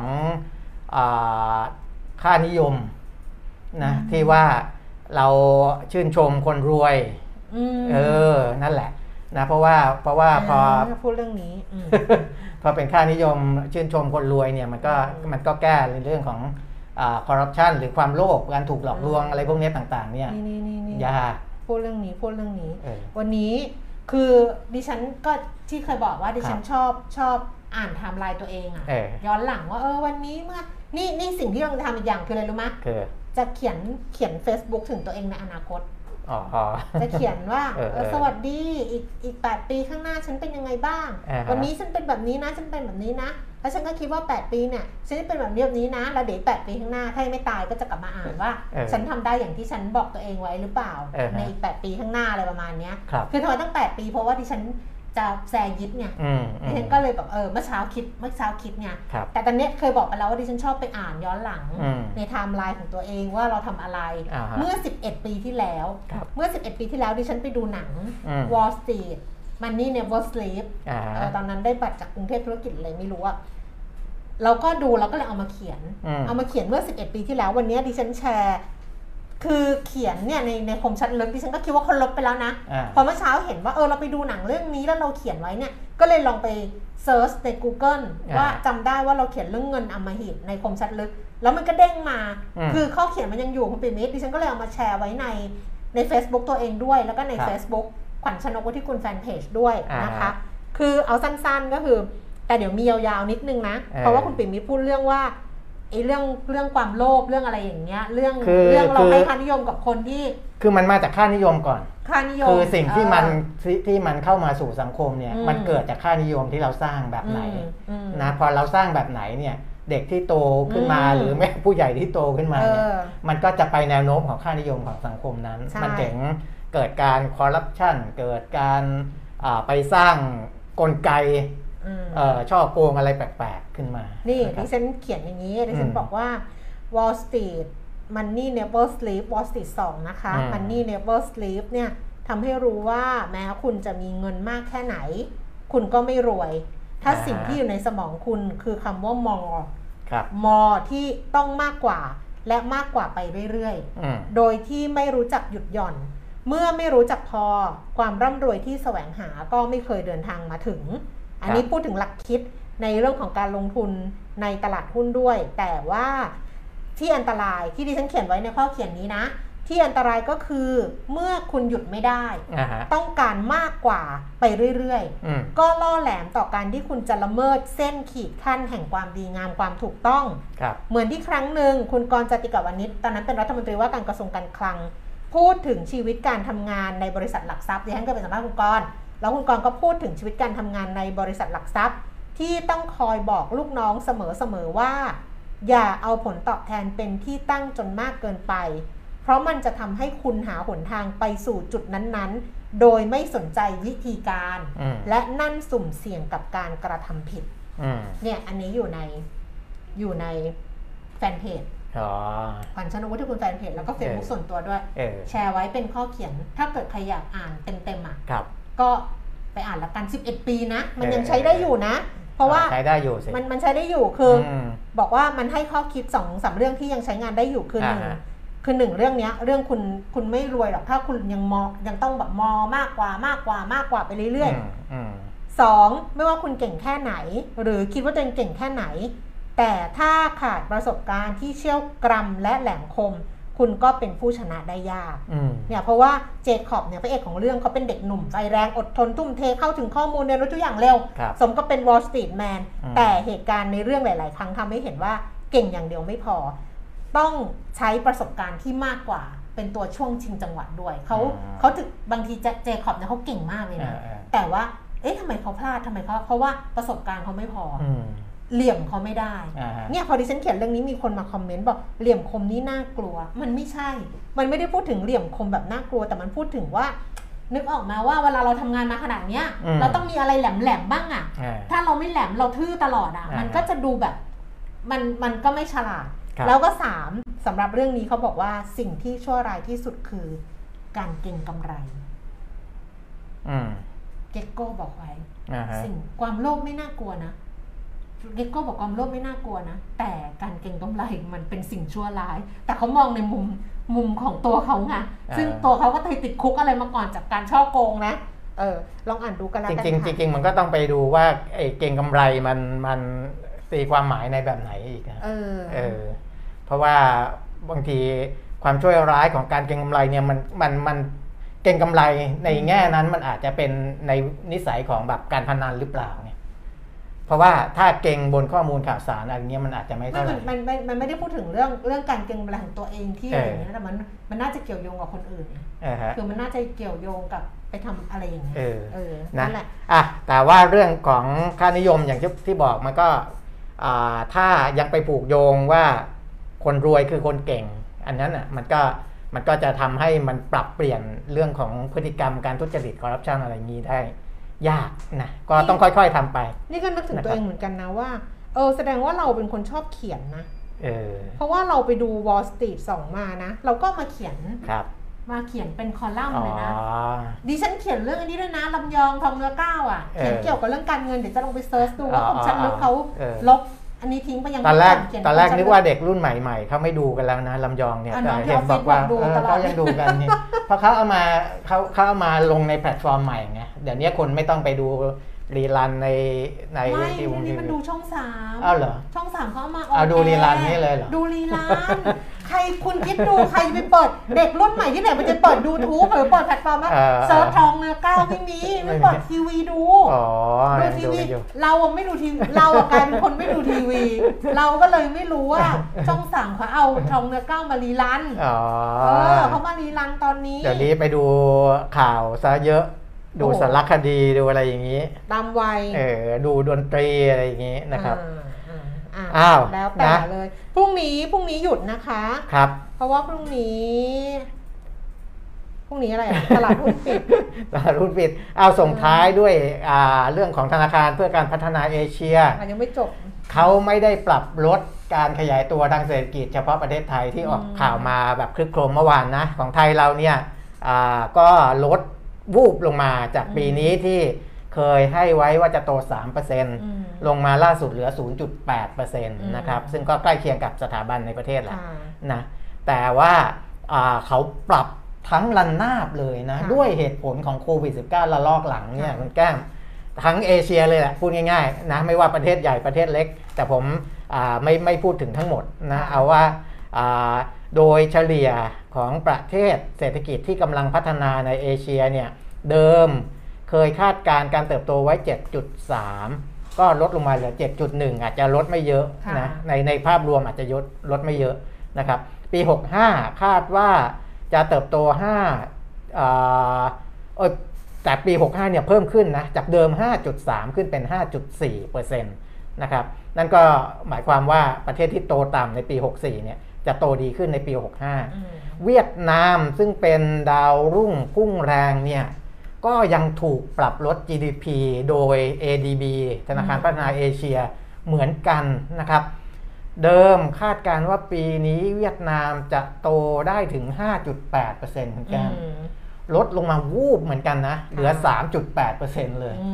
ค่านิยมนะที่ว่าเราชื่นชมคนรวยเออนั่นแหละนะเพราะว่าเพราะว่าพอพูดเรื่องนี้พอเป็นค่านิยมชื่นชมคนรวยเนี่ยมันก็มันก็แก้ในเรื่องของคอร์รัปชันหรือความโลภการถูกหลอกลวงอะไรพวกนี้ต่างๆเนี่ยยากพูดเรื่องนี้พูดเรื่องนี้วันนี้คือดิฉันก็ที่เคยบอกว่าดิฉันชอบชอบอ่านไทม์ไลน์ตัวเองอ่ะย้อนหลังว่าเออวันนี้เมื่อนี่นี่สิ่งที่เราจะทำอีกอย่างคืออะไรรู้ไหมจะเขียนเขียน Facebook ถึงตัวเองในอนาคตจะเขียนว่าสวัสดีอีกอีกแปดปีข้างหน้าฉันเป็นยังไงบ้างวันนี้ฉันเป็นแบบนี้นะฉันเป็นแบบนี้นะแล้วฉันก็คิดว่าแปดปีเนี่ยฉันจะเป็นแบบนี้แบบนี้นะแล้วเดี๋ยวแปดปีข้างหน้าถ้าไม่ตายก็จะกลับมาอ่านว่าฉันทำได้อย่างที่ฉันบอกตัวเองไว้หรือเปล่าในอีกแปดปีข้างหน้าอะไรประมาณนี้คือทำไมตั้งแปดปีเพราะว่าดิฉันจะแซยิดไงดิฉันก็เลยแบบเออเมื่อเช้าคิดเมื่อเช้าคิดไงแต่ตอนนี้เคยบอกไปแล้วว่าดิฉันชอบไปอ่านย้อนหลังในไทม์ไลน์ของตัวเองว่าเราทำอะไรเมื่อสิบเอ็ดปีที่แล้วเมื่อสิบเอ็ดปีที่แล้วดิฉันไปดูหนัง Wall Street Money Never Sleep ตอนนั้นได้บัตรจากกรุงเทพธุรกิจอะไรไม่รู้อะเราก็ดูเราก็เลยเอามาเขียนเอามาเขียนเมื่อสิบเอ็ดปีที่แล้ววันนี้ดิฉันแชร์คือเขียนเนี่ยในในคมชัดลึกดิฉันก็คิดว่าคนลบไปแล้วนะพอเมื่อเช้าเห็นว่าเออเราไปดูหนังเรื่องนี้แล้วเราเขียนไว้เนี่ยก็เลยลองไปเซิร์ชใน Google ว่าจำได้ว่าเราเขียนเรื่องเงินอำมหิตในคมชัดลึกแล้วมันก็เด้งมาคือข้อเขียนมันยังอยู่คุณปิ่มมิตรดิฉันก็เลยเอามาแชร์ไว้ในใน Facebook ตัวเองด้วยแล้วก็ใน Facebook ขวัญชนกวุฒิกุลแฟนเพจด้วยนะคะคือเอาสั้นๆก็คือแต่เดี๋ยวมียาวๆนิดนึงนะเพราะว่าคุณปิ่มมิตรพูดเรื่องว่าไอ้เรื่องเรื่องความโลภเรื่องอะไรอย่างเงี้ยเรื่องเรื่องเราให้ค่านิยมกับคนที่คือมันมาจากค่านิยมก่อนค่านิยมคือสิ่งที่มันที่มันเข้ามาสู่สังคมเนี่ยมันเกิดจากค่านิยมที่เราสร้างแบบไหนนะพอเราสร้างแบบไหนเนี่ยเด็กที่โตขึ้นมาหรือแม่ผู้ใหญ่ที่โตขึ้นมาเนี่ยมันก็จะไปแนวโน้มของค่านิยมของสังคมนั้นมันถึงเกิดการคอร์รัปชันเกิดการไปสร้างกลไกชอบโกงอะไรแปลกๆขึ้นมานี่ดิฉันเขียนอย่างนี้ดิฉันบอกว่า Wall Street Money Never Sleep Wall Street สองนะคะ Money Never Sleep เนี่ยทำให้รู้ว่าแม้คุณจะมีเงินมากแค่ไหนคุณก็ไม่รวยถ้าสิ่งที่อยู่ในสมองคุณคือคำว่ามอมอที่ต้องมากกว่าและมากกว่าไปเรื่อยๆโดยที่ไม่รู้จักหยุดหย่อนเมื่อไม่รู้จักพอความร่ำรวยที่แสวงหาก็ไม่เคยเดินทางมาถึงอันนี้พูดถึงหลักคิดในเรื่องของการลงทุนในตลาดหุ้นด้วยแต่ว่าที่อันตรายที่ดิฉันเขียนไว้ในข้อเขียนนี้นะที่อันตรายก็คือเมื่อคุณหยุดไม่ได้ uh-huh. ต้องการมากกว่าไปเรื่อยๆก็ล่อแหลมต่อการที่คุณจะละเมิดเส้นขีดขั้นแห่งความดีงามความถูกต้องเหมือนที่ครั้งหนึ่งคุณกรณ์ จติกาวนิชตอนนั้นเป็นรัฐมนตรีว่าการกระทรวงการคลังพูดถึงชีวิตการทำงานในบริษัทหลักทรัพย์ดิฉันก็ไปสัมภาษณ์คุณกรณ์แล้วคุณกรณ์ก็พูดถึงชีวิตการทำงานในบริษัทหลักทรัพย์ที่ต้องคอยบอกลูกน้องเสมอๆว่าอย่าเอาผลตอบแทนเป็นที่ตั้งจนมากเกินไปเพราะมันจะทำให้คุณหาหนทางไปสู่จุดนั้นๆโดยไม่สนใจวิธีการและนั่นสุ่มเสี่ยงกับการกระทำผิดเนี่ยอันนี้อยู่ในอยู่ในแฟนเพจขวัญชนกวุฒิกุลแฟนเพจแล้วก็เฟซบุ๊กส่วนตัวด้วยแชร์ไว้เป็นข้อเขียนถ้าเกิดใครอยากอ่านเต็มๆอ่ะก็ไปอ่านละกันสิบเอ็ดปีนะมันยังใช้ได้อยู่นะเพราะว่าใช้ได้อยู่สิมันมันใช้ได้อยู่คือบอกว่ามันให้ข้อคิดสองสามเรื่องที่ยังใช้งานได้อยู่คือหนึ่งคือหนึ่งเรื่องนี้เรื่องคุณคุณไม่รวยหรอกถ้าคุณยังมอยังต้องแบบมอมากกว่ามากกว่ามากกว่าไปเรื่อยๆสองไม่ว่าคุณเก่งแค่ไหนหรือคิดว่าตัวเองเก่งแค่ไหนแต่ถ้าขาดประสบการณ์ที่เชี่ยวกรำและแหลมคมคุณก็เป็นผู้ชนะได้ยากเนี่ยเพราะว่าเจคอบเนี่ยพระเอกของเรื่องเขาเป็นเด็กหนุ่มไฟแรงอดทนทุ่มเทเข้าถึงข้อมูลเรียนรู้ทุกอย่างเร็วสมก็เป็น Wall Street Man แต่เหตุการณ์ในเรื่องหลายๆครั้งทำให้เห็นว่าเก่งอย่างเดียวไม่พอต้องใช้ประสบการณ์ที่มากกว่าเป็นตัวช่วงชิงจังหวะด้วยเขาเขาถึงบางทีเจคอบเนี่ยเขาเก่งมากเลยนะแต่ว่าเอ๊ะทำไมเขาพลาดทำไมเขาเพราะว่าประสบการณ์เขาไม่พอเหลี่ยมเขาไม่ได้เนี่ยพอดิฉันเขียนเรื่องนี้มีคนมาคอมเมนต์บอกเหลี่ยมคมนี่น่ากลัวมันไม่ใช่มันไม่ได้พูดถึงเหลี่ยมคมแบบน่ากลัวแต่มันพูดถึงว่านึกออกมาว่าเวลาเราทำงานมาขนาดเนี้ยเราต้องมีอะไรแหลมๆบ้างอ่ะถ้าเราไม่แหลมเราทื่อตลอดอ่ะมันก็จะดูแบบมันมันก็ไม่ฉลาดแล้วก็สามสำหรับเรื่องนี้เขาบอกว่าสิ่งที่ชั่วร้ายที่สุดคือการเก็งกำไรเก็กโก้บอกไว้สิ่งความโลภไม่น่ากลัวนะเก็กโก้บอกความโลภไม่น่ากลัวนะแต่การเก็งกำไรมันเป็นสิ่งชั่วร้ายแต่เขามองในมุมมุมของตัวเขาไงซึ่งตัวเขาก็เคยติดคุกอะไรมาก่อนจากการฉ้อโกงนะเออลองอ่านดูกันแล้วกันจริงจริงมันก็ต้องไปดูว่าไอ้เก็งกำไรมันมันตีความหมายในแบบไหนอีกนะเออเออเพราะว่าบางทีความชั่วร้ายของการเก็งกำไรเนี่ยมันมันมันเก็งกำไรในแง่นั้นมันอาจจะเป็นในนิสัยของแบบการพนันหรือเปล่าเนี่ยเพราะว่าถ้าเก่งบนข้อมูลข่าวสารอะไรเงี้ยมันอาจจะไม่เท่าไหร่มันมันมันไม่ได้พูดถึงเรื่องเรื่องการเก็งกำไรของตัวเองที่อะไรอย่างเงี้ยแต่มันมันน่าจะเกี่ยวโยงกับคนอื่นคือมันน่าจะเกี่ยวโยงกับไปทำอะไรอย่างเงี้ยเออนั่นแหละอ่ะแต่ว่าเรื่องของค่านิยมอย่างที่ที่บอกมันก็ถ้ายังไปผูกโยงว่าคนรวยคือคนเก่งอันนั้นอ่ะมันก็มันก็จะทำให้มันปรับเปลี่ยนเรื่องของพฤติกรรมการทุจริตคอร์รัปชันอะไรอย่างนี้ได้ยากนะก็ต้องค่อยๆทำไปนี่ก็นึกถึงตัวเองเหมือนกันนะว่าเออแสดงว่าเราเป็นคนชอบเขียนนะเออเพราะว่าเราไปดู Wall Street สองมานะเราก็มาเขียนครับมาเขียนเป็นคอลัมน์เลยนะดิฉันเขียนเรื่องอันนี้ด้วยนะลำยองทองเนื้อก้าวอ่ะเขียนเกี่ยวกับเรื่องการเงินเดี๋ยวจะลองไปเซิร์ชดูว่าผมชัดลึกเขาลบอันนี้ทิ้งไปยังตอนแรกตอนแรกนึกว่าเด็กรุ่นใหม่ๆเขาไม่ดูกันแล้วนะลำยองเนี่ยแต่เห็นบอกว่าเขายังดูกันนี่เพราะเขาเอามาเขาเขาเอามาลงในแพลตฟอร์มใหม่ไงเดี๋ยวนี้คนไม่ต้องไปดูรีรันในในทีวีนี่มันดูช่องสามอ้าวเหรอช่องสามเขาเอามาเอาดูรีรันนี่เลยเหรอดูรีรันใครคุณคิดดูใครไปเปิดเด็กรุ่นใหม่ที่ไหนมันจะเปิดดูทูบหรือเปิดแพลตฟอร์มว่าเซิร์ชทองเนื้อก้าวไม่มีไม่เปิดทีวีดูดูทีวีเราไม่ดูทีวีเรากลายเป็นคนไม่ดูทีวีเราก็เลยไม่รู้ว่าช่องสามเขาเอาทองเนื้อก้าวมารีรันเออเขามารีรันตอนนี้เดี๋ยวนี้ไปดูข่าวซะเยอะดูสารคดีดูอะไรอย่างนี้ตามวัยเออดูดนตรีอะไรอย่างนี้นะครับอ้าวแล้วแต่เลยพรุ่งนี้พรุ่งนี้หยุดนะคะครับเพราะว่าพรุ่งนี้พรุ่งนี้อะไรอ่ะตลาดหุ้นปิดตลาดหุ้นปิดเอาส่งท้ายด้วยอ่าเรื่องของธนาคารเพื่อการพัฒนาเอเชียยังไม่จบเขาไม่ได้ปรับลดการขยายตัวทางเศรษฐกิจเฉพาะประเทศไทยที่ออกข่าวมาแบบคลึกโครมเมื่อวานนะของไทยเราเนี่ยอ่าก็ลดวูบลงมาจากปีนี้ที่เคยให้ไว้ว่าจะโต สามเปอร์เซ็นต์ ลงมาล่าสุดเหลือ ศูนย์จุดแปดเปอร์เซ็นต์ นะครับซึ่งก็ใกล้เคียงกับสถาบันในประเทศแหละนะแต่ว่าเขาปรับทั้งระนาบเลยนะด้วยเหตุผลของโควิด สิบเก้า ระลอกหลังเนี่ยคุณแก้มทั้งเอเชียเลยแหละพูดง่ายๆนะไม่ว่าประเทศใหญ่ประเทศเล็กแต่ผมไม่ไม่พูดถึงทั้งหมดนะเอาว่าโดยเฉลี่ยของประเทศเศรษฐกิจที่กำลังพัฒนาในเอเชียเนี่ยเดิมเคยคาดการณ์การเติบโตไว้ เจ็ดจุดสาม ก็ลดลงมาเหลือ เจ็ดจุดหนึ่ง อาจจะลดไม่เยอะนะในในภาพรวมอาจจะลดลดไม่เยอะนะครับปีหกสิบห้าคาดว่าจะเติบโตห้าอ่าเออแต่ปีหกสิบห้าเนี่ยเพิ่มขึ้นนะจากเดิม ห้าจุดสาม ขึ้นเป็น ห้าจุดสี่ เปอร์เซ็นต์ นะครับนั่นก็หมายความว่าประเทศที่โตต่ำในปีหกสิบสี่เนี่ยจะโตดีขึ้นในปีหกสิบห้าเวียดนามซึ่งเป็นดาวรุ่งพุ่งแรงเนี่ยก็ยังถูกปรับลด จี ดี พี โดย เอ ดี บี ธนาคารพัฒนาเอเชียเหมือนกันนะครับเดิมคาดการณ์ว่าปีนี้เวียดนามจะโตได้ถึง ห้าจุดแปดเปอร์เซ็นต์ เหมือนกันลดลงมาวูบเหมือนกันนะเหลือ สามจุดแปดเปอร์เซ็นต์ เลย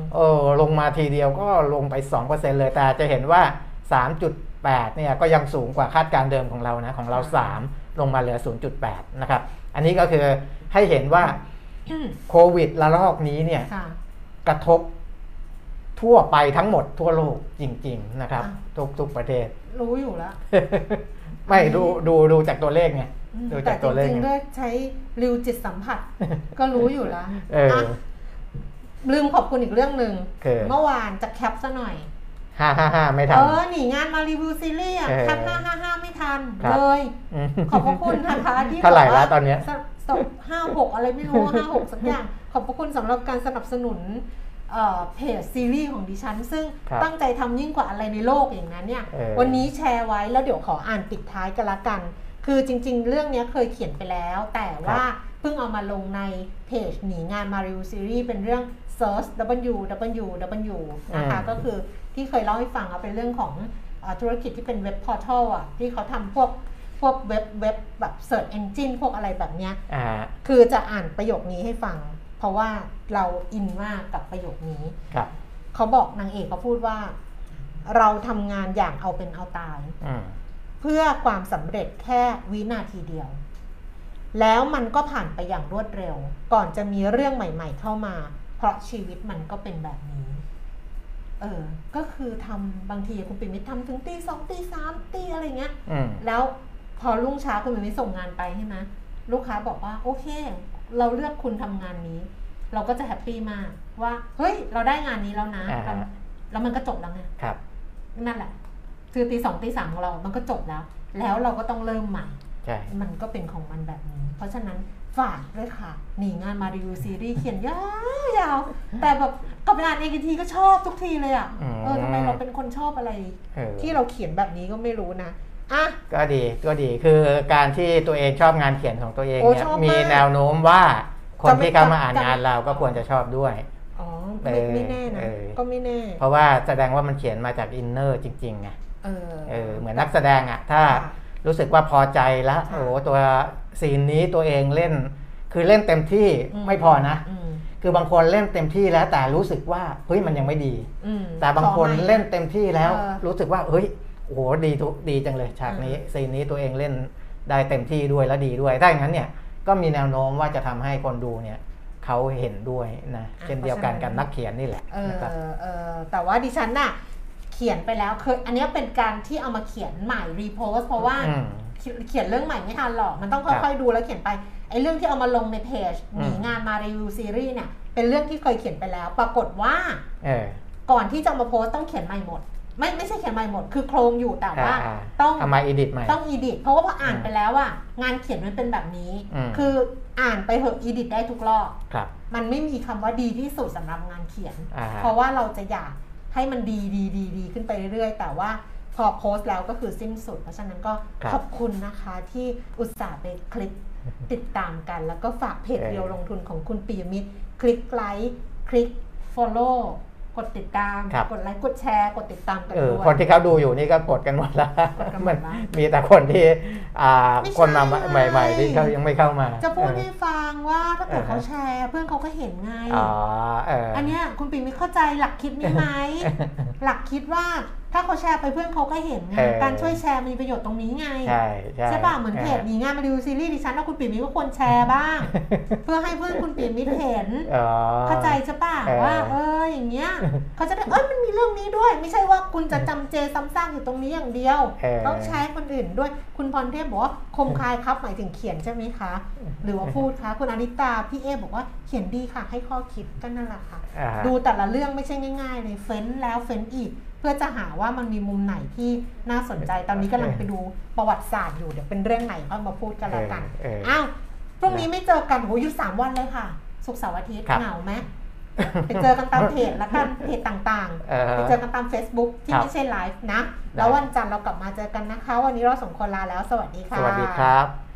เออลงมาทีเดียวก็ลงไป สองเปอร์เซ็นต์ เลยแต่จะเห็นว่า สามจุดแปด เนี่ยก็ยังสูงกว่าคาดการณ์เดิมของเรานะของเราสามลงมาเหลือ ศูนย์จุดแปด นะครับอันนี้ก็คือให้เห็นว่าโควิดระลอกนี้เนี่ยกระทบทั่วไปทั้งหมดทั่วโลกจริงๆนะครับทุกทุกประเทศรู้อยู่แล้วไม่ดูดูดูจากตัวเลขไงดูจากตัวเลขจริงๆด้วยใช้ริวจิตสัมผัสก็รู้อยู่แล้วลืมขอบคุณอีกเรื่องหนึ่งเมื่อวานจะแคปซะหน่อยห้าห้าห้าไม่ทันเออหนีงานมารีวิวซีรีส์อ่ะแคปห้าห้าห้าไม่ทันเลยขอบพระคุณนะคะที่เท่าไหร่แล้วตอนนี้สองห้าหกอะไรไม่รู้ห้าหกสักอย่างขอบพระคุณสำหรับการสนับสนุนเพจซีรีส์ของดิฉันซึ่งตั้งใจทำยิ่งกว่าอะไรในโลกอย่างนั้นเนี่ยวันนี้แชร์ไว้แล้วเดี๋ยวขออ่านปิดท้ายกันละกันคือจริงๆเรื่องนี้เคยเขียนไปแล้วแต่ว่าเพิ่งเอามาลงในเพจหนีงานมารีวิวซีรีส์เป็นเรื่อง Search ดับเบิลยู ดับเบิลยู ดับเบิลยู นะคะก็คือที่เคยเล่าให้ฟังเป็นเรื่องของธุรกิจที่เป็นเว็บพอร์ทัลอ่ะที่เขาทำพวกพวกเว็บเว็บแบบ Search Engine พวกอะไรแบบเนี้ยคือจะอ่านประโยคนี้ให้ฟังเพราะว่าเราอินมากกับประโยคนี้เขาบอกนางเอกเขาพูดว่าเราทำงานอย่างเอาเป็นเอาตายเพื่อความสำเร็จแค่วินาทีเดียวแล้วมันก็ผ่านไปอย่างรวดเร็วก่อนจะมีเรื่องใหม่ๆเข้ามาเพราะชีวิตมันก็เป็นแบบนี้เออก็คือทำบางทีคุณปิ่มมิตรทำถึงตีสองตีสามตีอะไรเงี้ยแล้วพอรุ่งเช้าคุณปิ่มมิตรส่งงานไปใช่ไหมลูกค้าบอกว่าโอเคเราเลือกคุณทำงานนี้เราก็จะแฮปปี้มากว่าเฮ้ยเราได้งานนี้แล้วนะแล้วมันก็จบแล้วไงครับนั่นแหละคือตีสองตีสามของเรามันก็จบแล้วแล้วเราก็ต้องเริ่มใหม่มันก็เป็นของมันแบบนี้เพราะฉะนั้นฝากด้วยค่ะหนีงานมารีวิวซีรีส์เขียนยาวๆแต่แบบกับงานเองทีก็ชอบทุกทีเลยอ่ะเออทำไมเราเป็นคนชอบอะไรที่เราเขียนแบบนี้ก็ไม่รู้นะอ่ะก็ดีก็ดีคือการที่ตัวเองชอบงานเขียนของตัวเองเนี่ยมีแนวโน้มว่าคนที่เข้ามาอ่านงานเราก็ควรจะชอบด้วยอ๋อไม่แน่นะก็ไม่แน่เพราะว่าแสดงว่ามันเขียนมาจากอินเนอร์จริงๆไงเออเออเหมือนนักแสดงอ่ะถ้ารู้สึกว่าพอใจแล้วโอ้ตัวซีนนี้ตัวเองเล่นคือเล่นเต็มที่ไม่พอนะคือบางคนเล่นเต็มที่แล้วแต่รู้สึกว่าเฮ้ยมันยังไม่ดีแต่บางคนเล่นเต็มที่แล้วรู้สึกว่าเฮ้ยโอ้โหดีทุกดีจังเลยฉากนี้ซีนนี้ตัวเองเล่นได้เต็มที่ด้วยและดีด้วยถ้าอย่างนั้นเนี่ยก็มีแนวโน้มว่าจะทำให้คนดูเนี่ยเขาเห็นด้วยนะเช่นเดียวกันกับนักเขียนนี่แหละนะครับแต่ว่าดิฉันน่ะเขียนไปแล้วเคยอันนี้เป็นการที่เอามาเขียนใหม่รีโพสเพราะว่าเขียนเรื่องใหม่ไม่ทันหรอกมันต้องค่อยๆดูแล้วเขียนไปไอ้เรื่องที่เอามาลงในเพจหนีงานมารีวิวซีรีส์เนี่ยเป็นเรื่องที่เคยเขียนไปแล้วปรากฏว่าก่อนที่จะมาโพสต้องเขียนใหม่หมดไม่ไม่ใช่เขียนใหม่หมดคือโครงอยู่แต่ว่าต้องทำมาอีดิทใหม่ต้องอีดิทเพราะว่าพออ่านไปแล้วอ่ะงานเขียนมันเป็นแบบนี้คืออ่านไปเหอะอีดิทได้ทุกรอบมันไม่มีคำว่าดีที่สุดสำหรับงานเขียนเพราะว่าเราจะอยากให้มันดีดีดีดีขึ้นไปเรื่อยๆแต่ว่าพอโพสต์แล้วก็คือสิ้นสุดเพราะฉะนั้นก็ขอบคุณนะคะที่อุตส่าห์ไปคลิกติดตามกันแล้วก็ฝากเพจเดียวลงทุนของคุณปิยมิตรคลิกไลค์คลิก follow กดติดตามกดไลค์กดแชร์กดติดตามกันด้วยคนที่เขาดูอยู่นี่ก็กดกันหมดแล้วมันมีแต่คนที่คนมาใหม่ๆที่เขายังไม่เข้ามาจะพูดให้ฟังว่าถ้าเกิดเขาแชร์เพื่อนเขาก็เห็นไงอันนี้คุณปิ่มมิตรเข้าใจหลักคิดนี้ไหมหลักคิดว่าถ้าเขาแชร์ไปเพื่อนเขาก็เห็นไงการช่วยแชร์มีประโยชน์ตรงนี้ไงใช่ใช่ป่ะเหมือนเพจหนีงานมาดูซีรีส์ดิฉันว่าคุณปิ่มมิตรก็ควรแชร์บ้างเพื่อให้เพื่อนคุณปิ่มมิตรเห็นเข้าใจใช่ป่ะว่าเอออย่างเงี้ยเขาจะได้เอ้ยมันมีเรื่องนี้ด้วยไม่ใช่ว่าคุณจะจำเจซ้ำซากอยู่ตรงนี้อย่างเดียวต้องใช้คนอื่นด้วยคุณพรเทพบอกว่าคมคายครับหมายถึงเขียนใช่ไหมคะหรือว่าพูดคะคุณอนิตาพี่เอบอกว่าเขียนดีค่ะให้ข้อคิดกันนั่นแหละค่ะดูแต่ละเรื่องไม่ใช่ง่ายๆเลยเฟ้นแล้วเฟ้นอีกเพื่อจะหาว่ามันมีมุมไหนที่น่าสนใจตอนนี้กำลังไปดูประวัติศาสตร์อยู่เดี๋ยวเป็นเรื่องไหนค่อยมาพูดกันแล้วกันอ้าวพรุ่งนี้ไม่เจอกันโหหยุดสามวันเลยค่ะศุกร์เสาร์อาทิตย์เหงาไหมไปเจอกันตามเพจและกันเพจต่างๆไปเจอกันตาม Facebook ที่ไม่ใช่ไลฟ์นะแล้ววันจันทร์เรากลับมาเจอกันนะคะวันนี้เราสองคนลาแล้วสวัสดีค่ะสวัสดีครับ